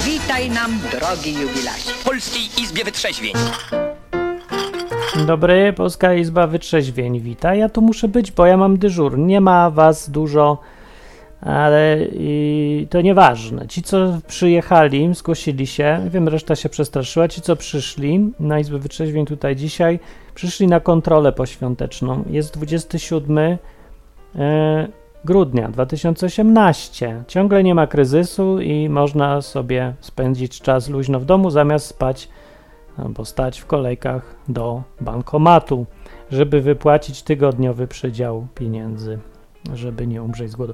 Witaj nam, drogi jubilacie. W Polskiej Izbie Wytrzeźwień. Dzień dobry, Polska Izba Wytrzeźwień wita. Ja tu muszę być, bo ja mam dyżur. Nie ma was dużo, ale to nieważne. Ci, co przyjechali, zgłosili się, wiem, reszta się przestraszyła. Ci, co przyszli na Izbę Wytrzeźwień tutaj dzisiaj, przyszli na kontrolę poświąteczną. Jest 27 grudnia 2018. Ciągle nie ma kryzysu i można sobie spędzić czas luźno w domu, zamiast spać albo stać w kolejkach do bankomatu, żeby wypłacić tygodniowy przydział pieniędzy, żeby nie umrzeć z głodu.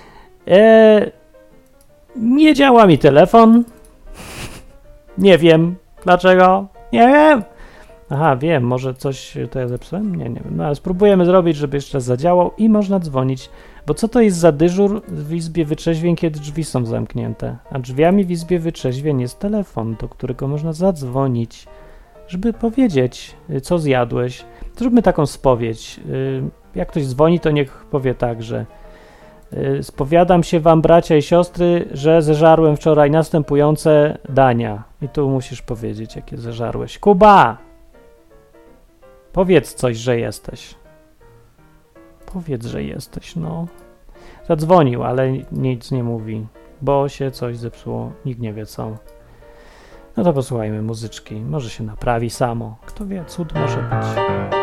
Nie działa mi telefon. Nie wiem dlaczego. Nie wiem. Aha, wiem, może coś to ja zepsułem? Nie wiem. No ale spróbujemy zrobić, żeby jeszcze raz zadziałał i można dzwonić. Bo co to jest za dyżur w Izbie Wytrzeźwień, kiedy drzwi są zamknięte? A drzwiami w Izbie Wytrzeźwień jest telefon, do którego można zadzwonić, żeby powiedzieć, co zjadłeś. Zróbmy taką spowiedź. Jak ktoś dzwoni, to niech powie tak, że spowiadam się wam, bracia i siostry, że zeżarłem wczoraj następujące dania. I tu musisz powiedzieć, jakie zeżarłeś. Kuba! Powiedz coś, że jesteś. Powiedz, że jesteś, no. Zadzwonił, ale nic nie mówi, bo się coś zepsuło. Nikt nie wie co. No to posłuchajmy muzyczki. Może się naprawi samo. Kto wie, cud może być.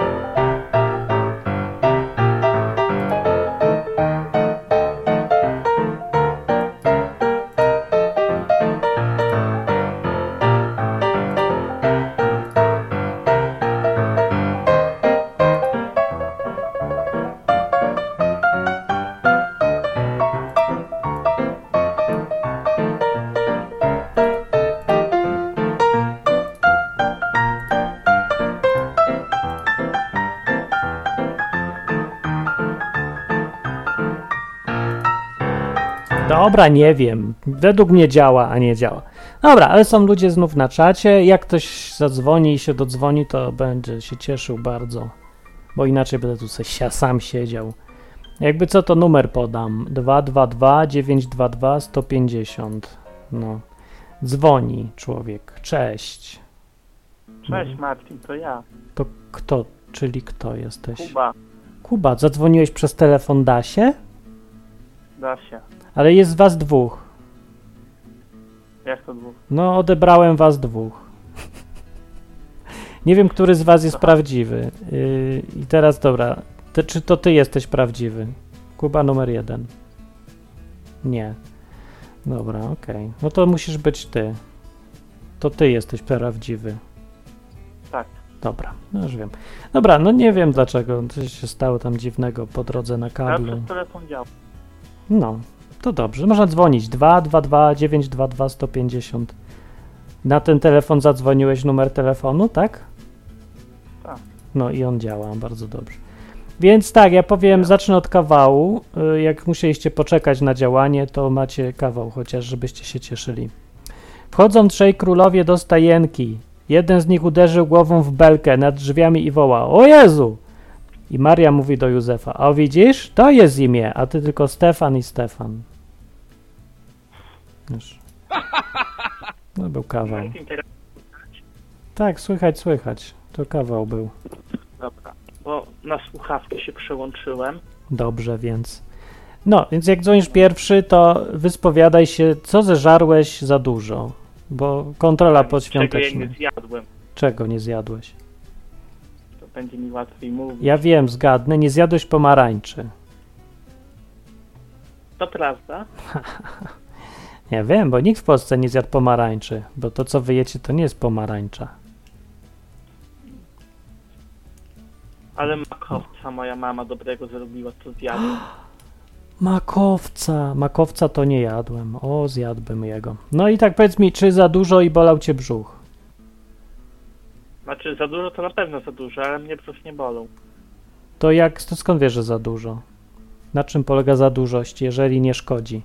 Dobra, nie wiem. Według mnie działa, a nie działa. Dobra, ale są ludzie znów na czacie. Jak ktoś zadzwoni i się dodzwoni, to będzie się cieszył bardzo. Bo inaczej będę tu sam siedział. Jakby co, to numer podam. 222 922 150. No. Dzwoni człowiek. Cześć. Cześć Marcin, to ja. To kto? Czyli kto jesteś? Kuba. Kuba, zadzwoniłeś przez telefon, da się? Da się. Ale jest was dwóch. Jak to dwóch? No, odebrałem was dwóch. Nie wiem, który z was jest prawdziwy. I teraz, dobra, czy to ty jesteś prawdziwy? Kuba numer 1. Nie. Dobra, okej. No to musisz być ty. To ty jesteś prawdziwy. Tak. Dobra, no już wiem. Dobra, no nie wiem dlaczego. Coś się stało tam dziwnego po drodze na Ja kablu. przez telefon działa. No, to dobrze. Można dzwonić 222 922 150. Na ten telefon zadzwoniłeś numer telefonu, tak? Tak. No i on działa, bardzo dobrze. Więc tak, ja powiem, zacznę od kawału. Jak musieliście poczekać na działanie, to macie kawał, chociaż żebyście się cieszyli. Wchodzą trzej królowie do stajenki. Jeden z nich uderzył głową w belkę nad drzwiami i woła: o Jezu! I Maria mówi do Józefa: o widzisz, to jest imię, a ty tylko Stefan i Stefan. Już. No był kawał. Tak, słychać. To kawał był. Dobra, bo na słuchawkę się przełączyłem. Dobrze, więc. No, więc jak dzwonisz pierwszy, to wyspowiadaj się, co zeżarłeś za dużo, bo kontrola poświąteczna. Czego ja nie zjadłem. Czego nie zjadłeś? To będzie mi łatwiej mówić. Ja wiem, zgadnę, nie zjadłeś pomarańczy. To prawda? Ja wiem, bo nikt w Polsce nie zjadł pomarańczy, bo to, co wy jecie, to nie jest pomarańcza. Ale makowca moja mama dobrego zrobiła, to zjadłem. Makowca to nie jadłem. O, zjadłbym jego. No i tak powiedz mi, czy za dużo i bolał cię brzuch? Znaczy za dużo to na pewno za dużo, ale mnie brzuch nie bolą. To skąd wiesz, że za dużo? Na czym polega za dużość, jeżeli nie szkodzi?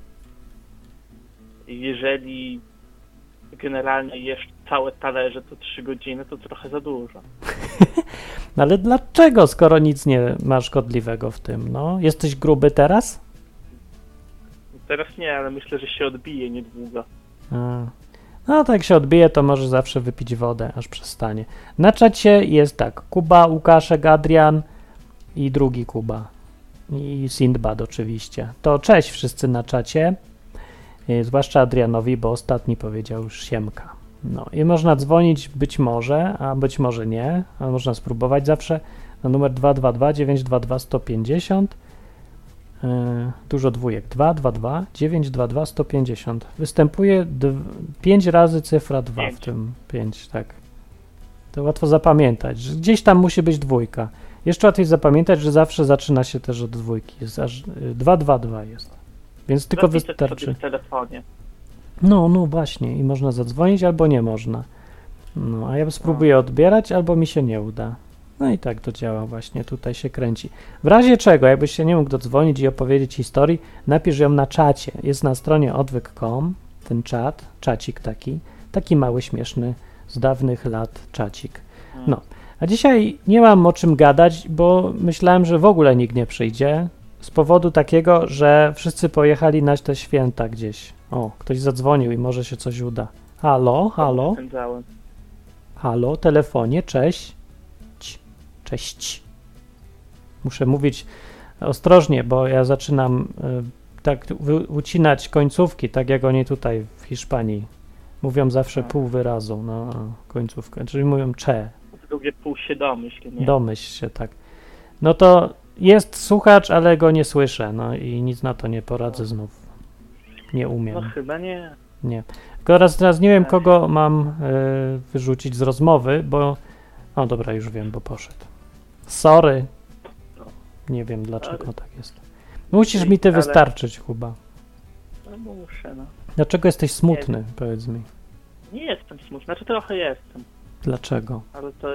Jeżeli generalnie jesz całe talerze, to 3 godziny, to trochę za dużo. No ale dlaczego, skoro nic nie ma szkodliwego w tym? No, jesteś gruby teraz? Teraz nie, ale myślę, że się odbije niedługo. No tak jak się odbije, to może zawsze wypić wodę, aż przestanie. Na czacie jest tak, Kuba, Łukaszek, Adrian i drugi Kuba. I Sindbad oczywiście. To cześć wszyscy na czacie, zwłaszcza Adrianowi, bo ostatni powiedział już siemka. No i można dzwonić być może, a być może nie, a można spróbować zawsze na numer 222 922 150. Dużo dwójek. 222 922 150. Występuje 5 razy cyfra 2 w tym 5, tak. To łatwo zapamiętać, że gdzieś tam musi być dwójka. Jeszcze łatwiej zapamiętać, że zawsze zaczyna się też od dwójki. Jest aż 222 jest. Więc tylko wystarczy. W telefonie. No właśnie. I można zadzwonić albo nie można. No, a ja spróbuję odbierać, albo mi się nie uda. No i tak to działa właśnie, tutaj się kręci. W razie czego, jakbyś się nie mógł dodzwonić i opowiedzieć historii, napisz ją na czacie. Jest na stronie odwyk.com ten czat, czacik taki mały, śmieszny, z dawnych lat czacik. No, a dzisiaj nie mam o czym gadać, bo myślałem, że w ogóle nikt nie przyjdzie, z powodu takiego, że wszyscy pojechali na te święta gdzieś. O, ktoś zadzwonił i może się coś uda. Halo? Halo, telefonie, cześć. Cześć. Muszę mówić ostrożnie, bo ja zaczynam tak ucinać końcówki, tak jak oni tutaj w Hiszpanii. Mówią zawsze pół wyrazu na końcówkę, czyli mówią cze. Drugie pół się domyśl, nie? Domyśl się, tak. No to jest słuchacz, ale go nie słyszę, no i nic na to nie poradzę znów. Nie umiem. No chyba nie. Nie. Tylko teraz nie wiem, kogo mam wyrzucić z rozmowy, bo... O, dobra, już wiem, bo poszedł. Sorry. Nie wiem, dlaczego tak jest. Musisz mi ty wystarczyć, Kuba. No muszę, no. Dlaczego jesteś smutny, powiedz mi? Nie jestem smutny, znaczy trochę jestem. Dlaczego? Ale to...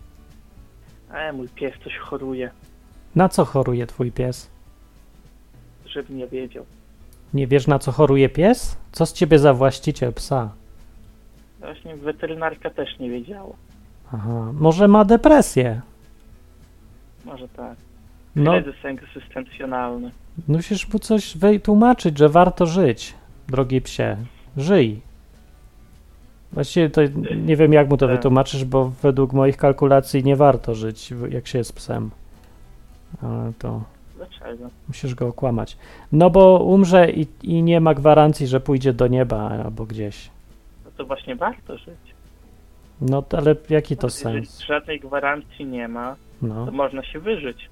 mój pies coś choruje. Na co choruje twój pies? Żebym nie wiedział. Nie wiesz, na co choruje pies? Co z ciebie za właściciel psa? Właśnie weterynarka też nie wiedziała. Aha, może ma depresję? Może tak. No, Kryzys egzystencjonalny. musisz mu coś wytłumaczyć, że warto żyć, drogi psie. Żyj. Właściwie to nie wiem, jak mu to wytłumaczysz, bo według moich kalkulacji nie warto żyć, jak się jest psem. Ale to... Dlaczego? Musisz go okłamać. No bo umrze i nie ma gwarancji, że pójdzie do nieba albo gdzieś. No to właśnie warto żyć. No ale jaki to Jeżeli sens? żadnej gwarancji nie ma, No. to można się wyżyć.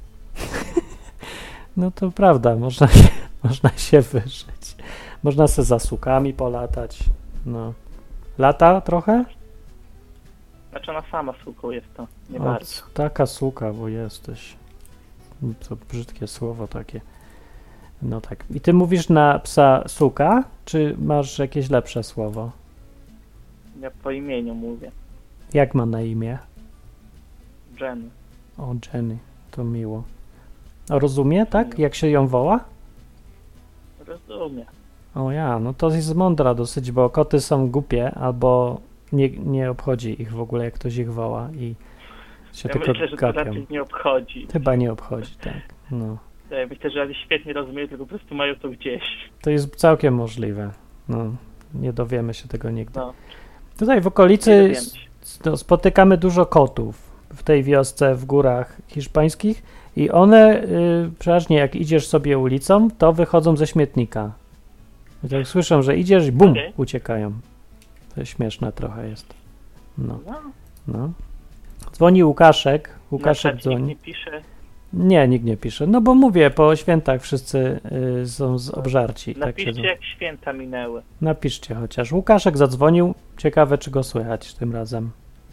No to prawda, można się wyżyć. Można se za sukami polatać. No. Lata trochę? Znaczy ona sama suką jest to, nie bardzo. Taka suka, bo jesteś. To brzydkie słowo takie. No tak. I ty mówisz na psa suka, czy masz jakieś lepsze słowo? Ja po imieniu mówię. Jak ma na imię? Jenny. O, Jenny, to miło. A rozumie, tak? Jak się ją woła? Rozumiem. O ja, no to jest mądra dosyć, bo koty są głupie, albo nie obchodzi ich w ogóle, jak ktoś ich woła i się Ja tylko myślę, że to gapią. raczej nie obchodzi. Chyba nie obchodzi, tak. No. Ja myślę, że oni świetnie rozumieją, tylko po prostu mają to gdzieś. To jest całkiem możliwe. No, nie dowiemy się tego nigdy. No. Tutaj w Nie okolicy dowiemy się. spotykamy dużo kotów w tej wiosce w górach hiszpańskich i one przeważnie jak idziesz sobie ulicą, to wychodzą ze śmietnika. I tak słyszą, że idziesz i bum, uciekają. To śmieszne trochę jest. No. No. Dzwoni Łukaszek. Łukaszek dzwoni. Nikt nie pisze. Nie, nikt nie pisze. No bo mówię, po świętach wszyscy są obżarci. Napiszcie, tak jak święta minęły. Napiszcie chociaż. Łukaszek zadzwonił. Ciekawe, czy go słychać tym razem.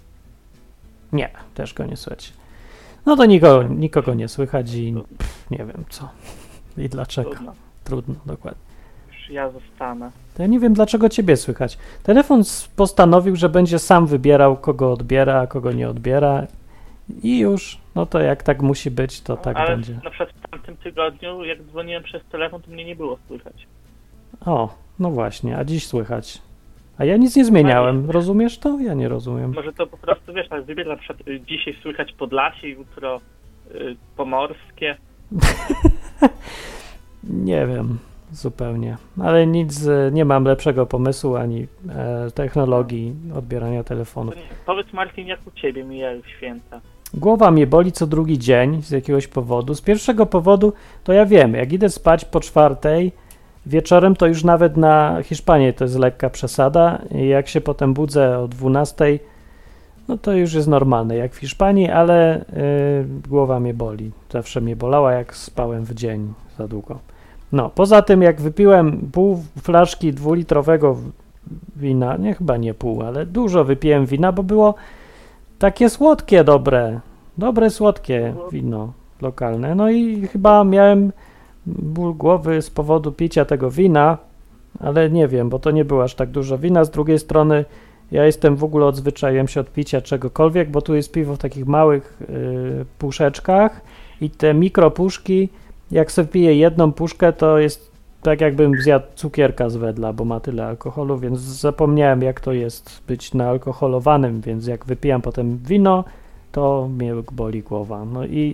Nie, też go nie słychać. No to nikogo nie słychać i nie wiem co. I dlaczego. Trudno, dokładnie. Już ja zostanę. To ja nie wiem, dlaczego ciebie słychać. Telefon postanowił, że będzie sam wybierał, kogo odbiera, a kogo nie odbiera. I już, no to jak tak musi być, to tak ale będzie. Na przykład w tamtym tygodniu, jak dzwoniłem przez telefon, to mnie nie było słychać. O, no właśnie, a dziś słychać. A ja nic nie zmieniałem, rozumiesz to? Ja nie rozumiem. Może to po prostu, wiesz, tak wybierz na przykład dzisiaj słychać Podlasie, jutro Pomorskie. Nie wiem. zupełnie. Ale nic, nie mam lepszego pomysłu ani technologii odbierania telefonów. To nie, powiedz Martin, jak u ciebie mijają święta? Głowa mnie boli co drugi dzień z jakiegoś powodu. Z pierwszego powodu to ja wiem, jak idę spać po 4:00 wieczorem, to już nawet na Hiszpanię to jest lekka przesada. I jak się potem budzę o 12:00, no to już jest normalne jak w Hiszpanii, ale głowa mnie boli. Zawsze mnie bolała, jak spałem w dzień za długo. No, poza tym jak wypiłem pół flaszki 2-litrowego wina, nie chyba nie pół, ale dużo wypiłem wina, bo było takie słodkie, dobre słodkie wino lokalne. No i chyba miałem ból głowy z powodu picia tego wina, ale nie wiem, bo to nie było aż tak dużo wina. Z drugiej strony ja jestem w ogóle odzwyczaiłem się od picia czegokolwiek, bo tu jest piwo w takich małych puszeczkach i te mikropuszki, jak sobie piję jedną puszkę, to jest tak jakbym zjadł cukierka z wedla, bo ma tyle alkoholu, więc zapomniałem jak to jest być naalkoholowanym, więc jak wypijam potem wino, to mnie boli głowa.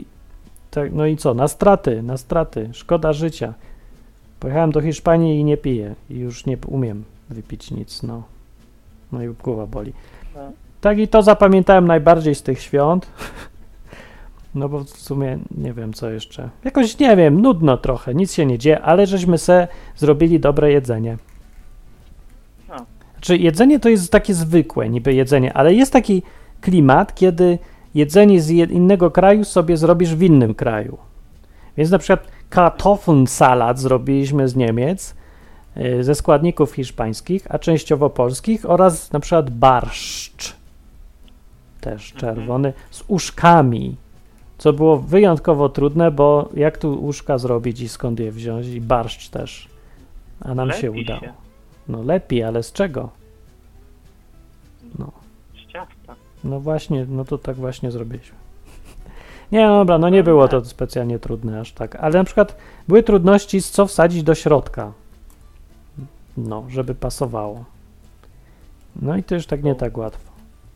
No i co? Na straty, szkoda życia. Pojechałem do Hiszpanii i nie piję i już nie umiem wypić nic, no. No i głowa boli. No. Tak i to zapamiętałem najbardziej z tych świąt. No bo w sumie nie wiem co jeszcze. Jakoś nie wiem, nudno trochę, nic się nie dzieje, ale żeśmy se zrobili dobre jedzenie. No. Znaczy jedzenie to jest takie zwykłe niby jedzenie, ale jest taki klimat, kiedy jedzenie z innego kraju sobie zrobisz w innym kraju. Więc na przykład Kartoffelsalat zrobiliśmy z Niemiec, ze składników hiszpańskich, a częściowo polskich oraz na przykład barszcz, też czerwony, z uszkami, co było wyjątkowo trudne, bo jak tu uszka zrobić i skąd je wziąć i barszcz też, a nam się udało. No lepiej, ale z czego? No. Z ciasta. No właśnie, no to tak właśnie zrobiliśmy. Nie, dobra, no nie było to specjalnie trudne aż tak, ale na przykład były trudności z co wsadzić do środka. No, żeby pasowało. No i to już tak nie tak łatwo.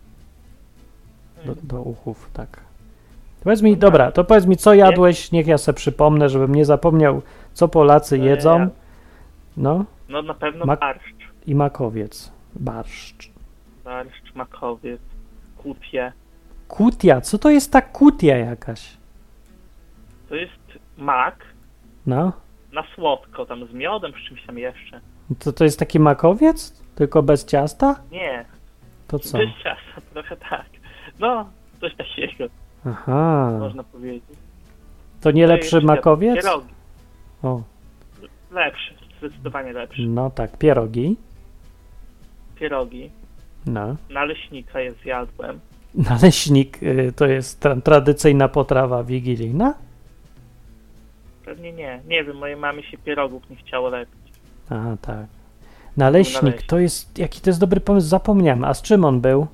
Do uchów, tak. Powiedz mi, dobra, to powiedz mi, co jadłeś, niech ja sobie przypomnę, żebym nie zapomniał, co Polacy jedzą. No. No na pewno barszcz. I makowiec. Barszcz, makowiec, kutie. Kutia, co to jest ta kutia jakaś? To jest mak. No. Na słodko, tam z miodem, z czymś tam jeszcze. To jest taki makowiec? Tylko bez ciasta? Nie. To co? Bez ciasta, trochę tak. No, coś takiego. Aha. Można powiedzieć. To nie lepszy makowiec? Pierogi. O. Lepszy, zdecydowanie lepszy. No tak, pierogi. Pierogi. No. Naleśnika je zjadłem. Naleśnik to jest tradycyjna potrawa wigilijna? Pewnie nie. Nie wiem, mojej mamie się pierogów nie chciało lepić. Aha, tak. Naleśnik, to jest, jaki to jest dobry pomysł, zapomniałem. A z czym on był?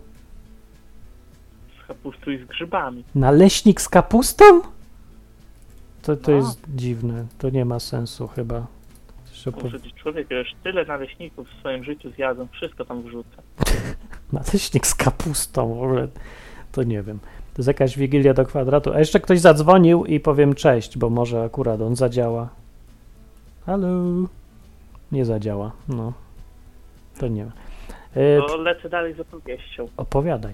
Z kapustą i z grzybami. Naleśnik z kapustą? To jest dziwne, to nie ma sensu chyba. Może człowiek już tyle naleśników w swoim życiu zjadł, wszystko tam wrzuca. Naleśnik z kapustą, w ogóle to nie wiem. To jest jakaś wigilia do kwadratu. A jeszcze ktoś zadzwonił i powiem cześć, bo może akurat on zadziała. Halo? Nie zadziała, no. To nie ma. To lecę dalej z opowieścią. Opowiadaj.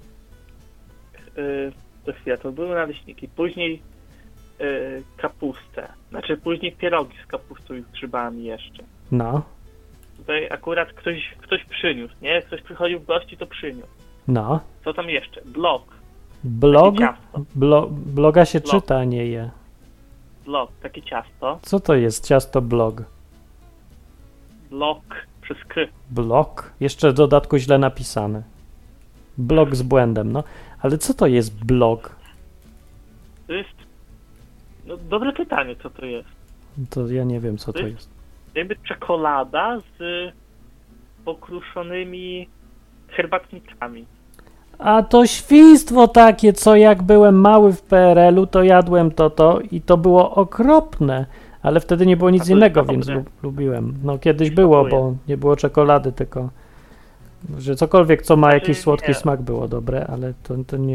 To chwila, to były naleśniki. Później kapustę. Znaczy później pierogi z kapustą i z grzybami jeszcze. No. Tutaj akurat ktoś przyniósł, nie? Ktoś przychodził w gości, to przyniósł. No. Co tam jeszcze? Blok. Blog? Bloga się czyta, a nie je. Blok, takie ciasto. Co to jest ciasto blog? Blok przez k. Blok? Jeszcze w dodatku źle napisane. Blog z błędem, no. Ale co to jest blog? To jest... No, dobre pytanie, co to jest. To ja nie wiem, co to jest. Jakby czekolada z pokruszonymi herbatnikami. A to świństwo takie, co jak byłem mały w PRL-u, to jadłem to i to było okropne. Ale wtedy nie było nic innego, więc lubiłem. No kiedyś było, bo nie było czekolady, tylko że cokolwiek, co ma jakiś słodki smak, było dobre, ale to nie...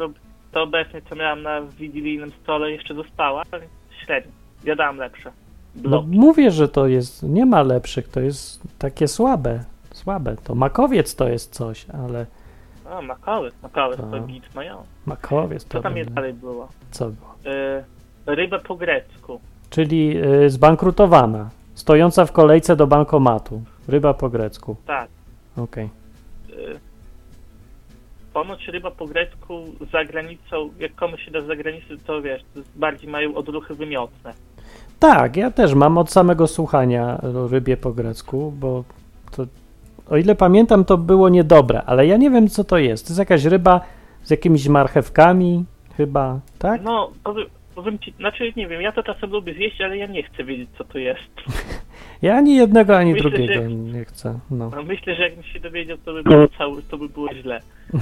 To obecnie, co miałem na wigilijnym stole, jeszcze zostało, ale średnio. Jadałem lepsze. No bloki. mówię, że to jest, nie ma lepszych, to jest takie słabe. To makowiec to jest coś, ale A, Makowiec to Tak. git mają. makowiec to Co tam jest robi. dalej było? Co było? Rybę po grecku. Czyli zbankrutowana, stojąca w kolejce do bankomatu. Ryba po grecku. Tak. Okej. Y, Ponoć ryba po grecku za granicą, jak komuś się da za granicą, to wiesz, to bardziej mają odruchy wymiotne. Tak, ja też mam od samego słuchania o rybie po grecku, bo to, o ile pamiętam, to było niedobre, ale ja nie wiem, co to jest. To jest jakaś ryba z jakimiś marchewkami chyba, tak? No, powiem ci, znaczy nie wiem, ja to czasem lubię zjeść, ale ja nie chcę wiedzieć, co to jest. Ja ani jednego, ani Myślę, drugiego że- nie chcę. No. No, myślę, że jakbym się dowiedział, to by było źle.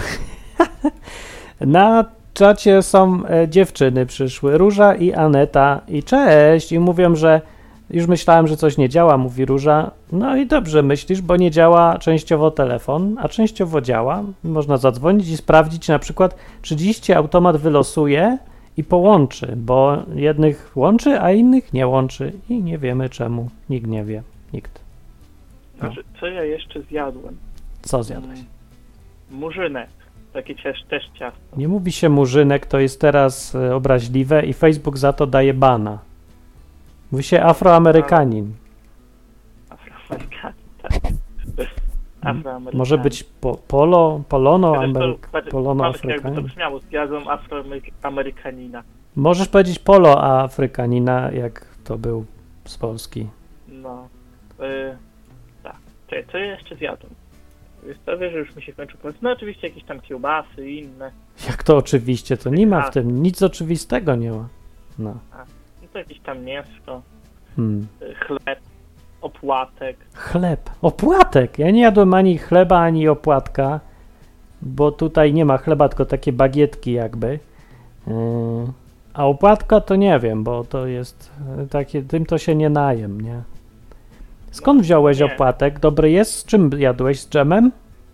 Na czacie są dziewczyny przyszły, Róża i Aneta i cześć i mówią, że już myślałem, że coś nie działa, mówi Róża. No i dobrze myślisz, bo nie działa częściowo telefon, a częściowo działa. Można zadzwonić i sprawdzić na przykład, czy dziś automat wylosuje i połączy, bo jednych łączy, a innych nie łączy i nie wiemy czemu. Nikt nie wie. Nikt. Znaczy, co ja jeszcze zjadłem? Co zjadłeś? Murzynek. Takie też ciasto. Nie mówi się murzynek, to jest teraz obraźliwe i Facebook za to daje bana. Mówi się afroamerykanin. Afroamerykanin, tak. Afroamerykanin. Może być polono, Zresztą, polono jakby to afrykanin. brzmiało, zjadłem afroamerykanina. Możesz powiedzieć polo afrykanina, jak to był z Polski. No. Tak. Co ja jeszcze zjadłem? Wiesz, że już mi się kończy pomysł. No oczywiście jakieś tam kiełbasy i inne. Jak to oczywiście, to nie ma w tym nic oczywistego nie ma. No. No to jakieś tam mięsko, Hmm. chleb, opłatek. Chleb. Opłatek. Ja nie jadłem ani chleba, ani opłatka, bo tutaj nie ma chleba, tylko takie bagietki jakby. A opłatka to nie wiem, bo to jest takie, tym to się nie najem, nie? Skąd wziąłeś nie. opłatek? Dobry jest? Z czym jadłeś? Z dżemem?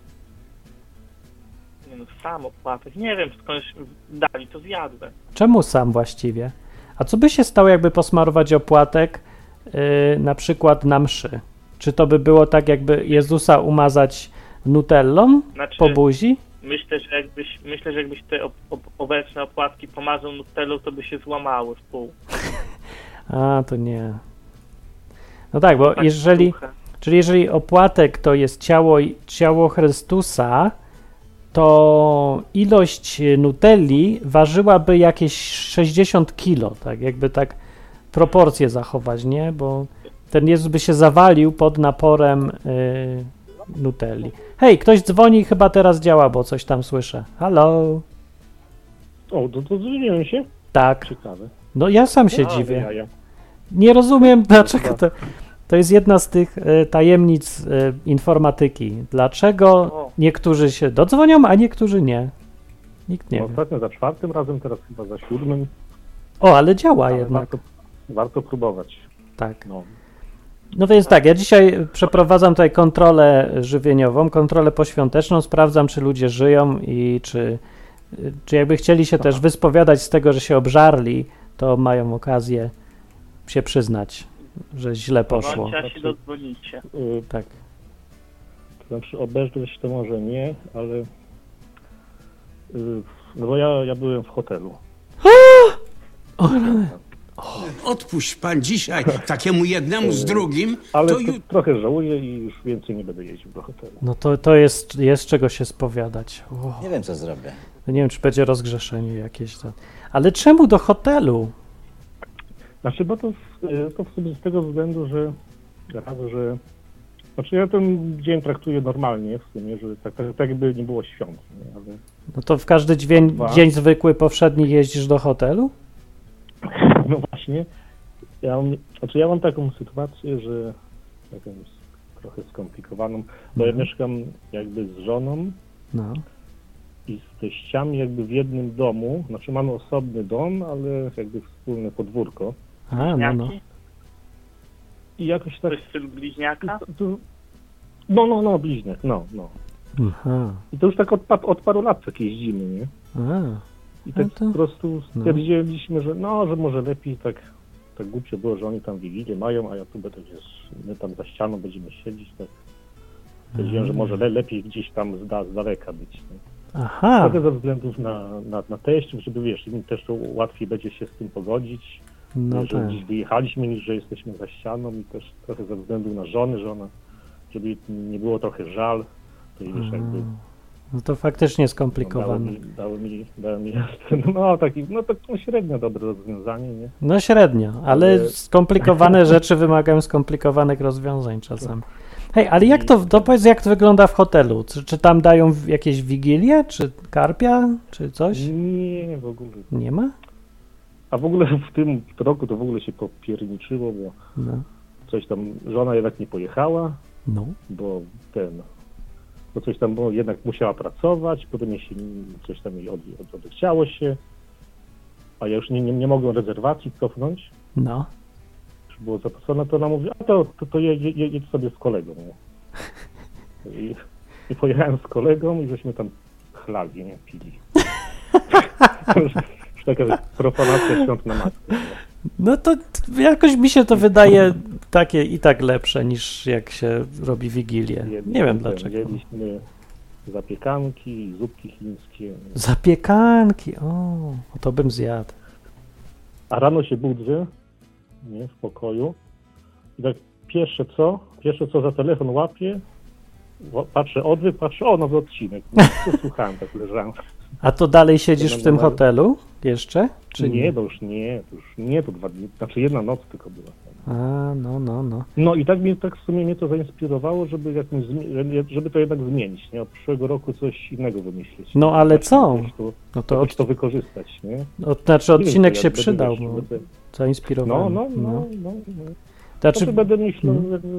Nie no, sam opłatek. Nie wiem, skądś dali, to zjadłem. Czemu sam właściwie? A co by się stało, jakby posmarować opłatek na przykład na mszy? Czy to by było tak, jakby Jezusa umazać nutellą Znaczy, po buzi? myślę, że jakbyś te obecne opłatki pomazał nutellą, to by się złamały w pół. A, to nie. No tak, bo Tak jeżeli, trochę. czyli jeżeli opłatek to jest ciało Chrystusa, to ilość nutelli ważyłaby jakieś 60 kilo, tak, jakby tak proporcje zachować, nie? Bo ten Jezus by się zawalił pod naporem nutelli. Hej, ktoś dzwoni, chyba teraz działa, bo coś tam słyszę. Halo? O, to dzwoniłem się? Tak. Ciekawe. No ja sam się A, dziwię. jaja. Nie rozumiem, dlaczego to jest jedna z tych tajemnic informatyki. Dlaczego O. niektórzy się dodzwonią, a niektórzy nie? Nikt nie No, wie. ostatnio za 4 razem, teraz chyba za 7. O, ale działa Ale jednak. warto próbować. Tak. No. No więc tak, ja dzisiaj przeprowadzam tutaj kontrolę żywieniową, kontrolę poświąteczną, sprawdzam, czy ludzie żyją i czy jakby chcieli się też wyspowiadać z tego, że się obżarli, to mają okazję się przyznać, że źle poszło. Bądźcie, a się dodzwonicie. Tak. To znaczy obejrzeć to może nie, ale no bo ja byłem w hotelu. Odpuść pan dzisiaj takiemu jednemu z drugim, Ale to to trochę żałuję i już więcej nie będę jeździł do hotelu. No to jest czego się spowiadać. Nie wiem, co zrobię. Nie wiem, czy będzie rozgrzeszenie jakieś. Ale czemu do hotelu? Znaczy, bo to w sumie z tego względu, że znaczy ja ten dzień traktuję normalnie w sumie, że tak jakby nie było świąt, nie? Ale No to w każdy dzień zwykły, powszedni jeździsz do hotelu? no właśnie, ja mam taką sytuację, że taką trochę skomplikowaną, bo ja mieszkam jakby z żoną No. i z teściami jakby w jednym domu, znaczy mamy osobny dom, ale jakby wspólne podwórko A, no. Jaki? i jakoś tak... Coś w stylu bliźniaka? No, bliźniak, no. Aha. I to już tak od paru lat tak jeździmy, nie? A. I tak No to- po prostu stwierdziliśmy, że może lepiej tak tak głupio było, że oni tam Wigilię mają, a ja tu będę, wiesz, my tam za ścianą będziemy siedzieć, tak. Powiedziałem, że może lepiej gdzieś tam z daleka być. Nie? Aha, Trochę ze względów na teściów, żeby, wiesz, im też to łatwiej będzie się z tym pogodzić, no że tak. gdzieś wyjechaliśmy, niż że jesteśmy za ścianą i też trochę ze względu na żony, że ona, żeby jej nie było trochę żal, to i wiesz, jakby No to faktycznie dało skomplikowane. mi no taki, no tak no, średnio dobre rozwiązanie, nie? No średnio, ale Ale- skomplikowane rzeczy wymagają skomplikowanych rozwiązań czasem. Hej, ale jak to powiedz, jak to wygląda w hotelu? Czy tam dają jakieś wigilie, czy karpia, czy coś? Nie, w ogóle. Nie ma? A w ogóle w tym roku to w ogóle się popierniczyło, bo No. coś tam, żona jednak nie pojechała, No. bo coś tam, bo jednak musiała pracować, potem jej się coś tam jej odechciało się, a ja już nie mogłem rezerwacji cofnąć, No. już było zapłacone, to ona mówi, a to jedź sobie z kolegą, nie? I pojechałem z kolegą i żeśmy tam chlali, nie, pili. Już taka profanacja świąt na matkę. Nie? No to jakoś mi się to wydaje takie i tak lepsze niż jak się robi wigilię. Nie wiem dlaczego. Jedliśmy zapiekanki, zupki chińskie. Zapiekanki, o, to bym zjadł. A rano się budzę, nie, w pokoju i tak pierwsze co za telefon łapię, patrzę odwyk, o, nowy odcinek. No, to słuchałem, tak leżałem. A to dalej siedzisz w tym hotelu jeszcze? Czy Nie, to już nie, to 2 dni, znaczy 1 noc tylko była. A, no. No i tak w sumie mnie to zainspirowało, żeby to jednak zmienić, nie? Od przyszłego roku coś innego wymyślić. No ale co? To, No to jakoś to wykorzystać, nie? znaczy Nie wiem, odcinek to ja się będę, przydał, wiesz, bo będę- zainspirowany. No. Znaczy, To będę myślał,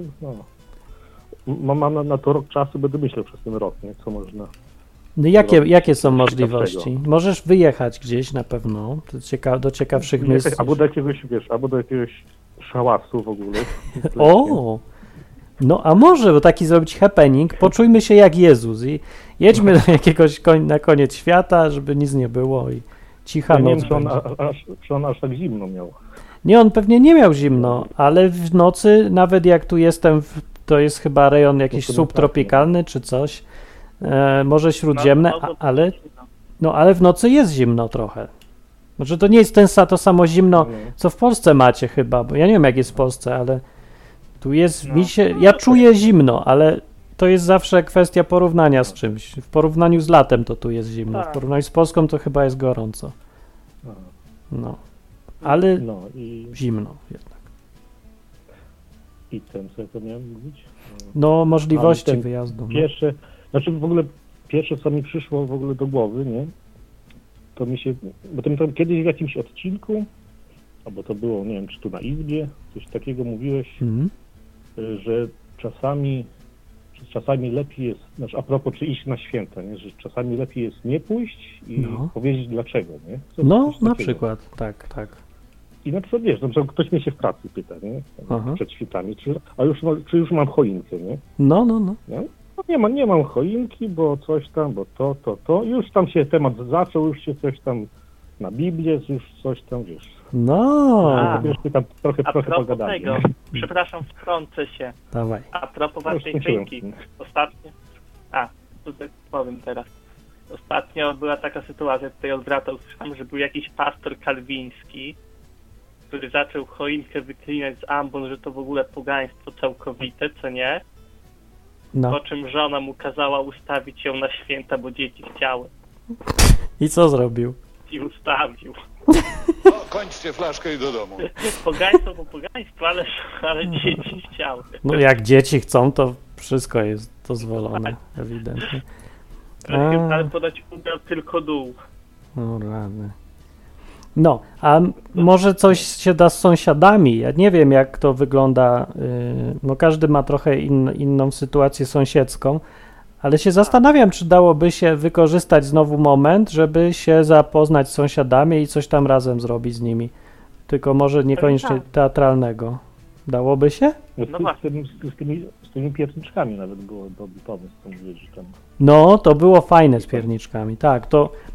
mam na to rok czasu, będę myślał przez ten rok, nie? Co można... no jakie są coś możliwości? ciekawszego. Możesz wyjechać gdzieś na pewno, do ciekawszych miejsc. Albo do jakiegoś szałasu w ogóle. O! No a może, bo taki zrobić happening, poczujmy się jak Jezus i jedźmy do jakiegoś na koniec świata, żeby nic nie było i cicha Ja nie noc wiem, będzie. czy on aż tak zimno miał. Nie, on pewnie nie miał zimno, ale w nocy, nawet jak tu jestem, to jest chyba rejon jakiś No to subtropikalny czy coś, może śródziemne, No, ale, ale w nocy jest zimno trochę. Znaczy to nie jest to samo zimno, co w Polsce macie chyba, bo ja nie wiem jak jest w Polsce, ale tu jest, ja czuję zimno, ale to jest zawsze kwestia porównania z czymś. W porównaniu z latem to tu jest zimno, w Tak. porównaniu z Polską to chyba jest gorąco. No, ale No i zimno jednak. co ja to miałem mówić? No, możliwości Ale ten wyjazdu. No. Znaczy w ogóle pierwsze, co mi przyszło w ogóle do głowy, nie? To mi się, bo to kiedyś w jakimś odcinku, albo to było, nie wiem, czy tu na Izbie, coś takiego mówiłeś, Mhm. że czasami lepiej jest, znaczy a propos, czy iść na święta, nie? Że czasami lepiej jest nie pójść i No. powiedzieć dlaczego, nie? No, Coś na takiego. przykład, tak. I na przykład, wiesz, ktoś mnie się w pracy pyta, nie? Aha. Przed świętami, czy już mam choinkę, nie? No. No, nie mam choinki, bo coś tam, bo to. Już tam się temat zaczął, już się coś tam na Biblię, już coś tam, wiesz. No, A. Już tam trochę A propos pogadali. tego, nie? przepraszam, wtrącę się. dawaj. A propos Ja już waszej skończyłem. choinki, ostatnio... tutaj powiem teraz. Ostatnio była taka sytuacja, tutaj od brata usłyszałem, że był jakiś pastor kalwiński, który zaczął choinkę wyklinać z ambon, że to w ogóle pogaństwo całkowite, co nie? No. Po czym żona mu kazała ustawić ją na święta, bo dzieci chciały. I co zrobił? I ustawił. No, kończcie flaszkę i do domu. Pogaństwo po pogaństwo, ale dzieci chciały. No jak dzieci chcą, to wszystko jest dozwolone, ewidentnie. Ale podać udział tylko dół. No rany. No, a może coś się da z sąsiadami? Ja nie wiem, jak to wygląda. No każdy ma trochę inną sytuację sąsiedzką, ale się zastanawiam, czy dałoby się wykorzystać znowu moment, żeby się zapoznać z sąsiadami i coś tam razem zrobić z nimi. Tylko może niekoniecznie teatralnego. Dałoby się? No właśnie. Z tymi pierniczkami nawet było dobry pomysł, to mówię, że tam... No, to było fajne z pierniczkami, tak. To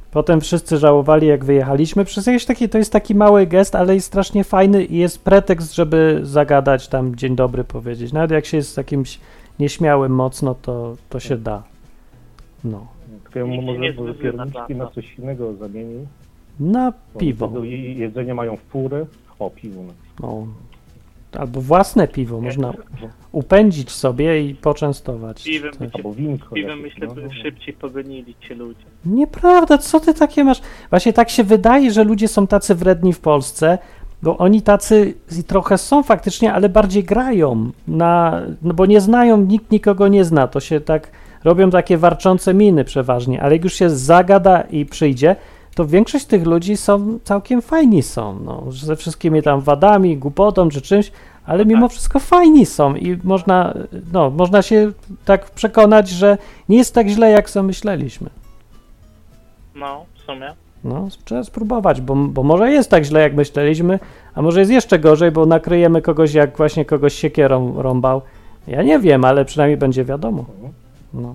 Potem wszyscy żałowali, jak wyjechaliśmy. Przez jakieś taki, to jest taki mały gest, ale jest strasznie fajny i jest pretekst, żeby zagadać tam dzień dobry powiedzieć. Nawet jak się jest jakimś nieśmiałym mocno, to się da. No. Tylko ja Nikt się nie może zdecyduje pierniczki na na coś innego zamienił. Na Bo piwo. tego jedzenie mają w furę. O, piwo. No. Albo własne piwo można upędzić sobie i poczęstować. Piwem by cię, Albo winko. piwem jakieś, myślę, no. by szybciej pogonili cię ludzie. Nieprawda, co ty takie masz? Właśnie tak się wydaje, że ludzie są tacy wredni w Polsce, bo oni tacy i trochę są faktycznie, ale bardziej grają, no bo nie znają, nikt nikogo nie zna, to się tak robią takie warczące miny przeważnie, ale jak już się zagada i przyjdzie, to większość tych ludzi są całkiem fajni są, no, ze wszystkimi tam wadami, głupotą czy czymś, ale mimo wszystko fajni są i można się tak przekonać, że nie jest tak źle, jak sobie myśleliśmy. No, w sumie. No, trzeba spróbować, bo może jest tak źle, jak myśleliśmy, a może jest jeszcze gorzej, bo nakryjemy kogoś, jak właśnie kogoś siekierą rąbał. Ja nie wiem, ale przynajmniej będzie wiadomo. No.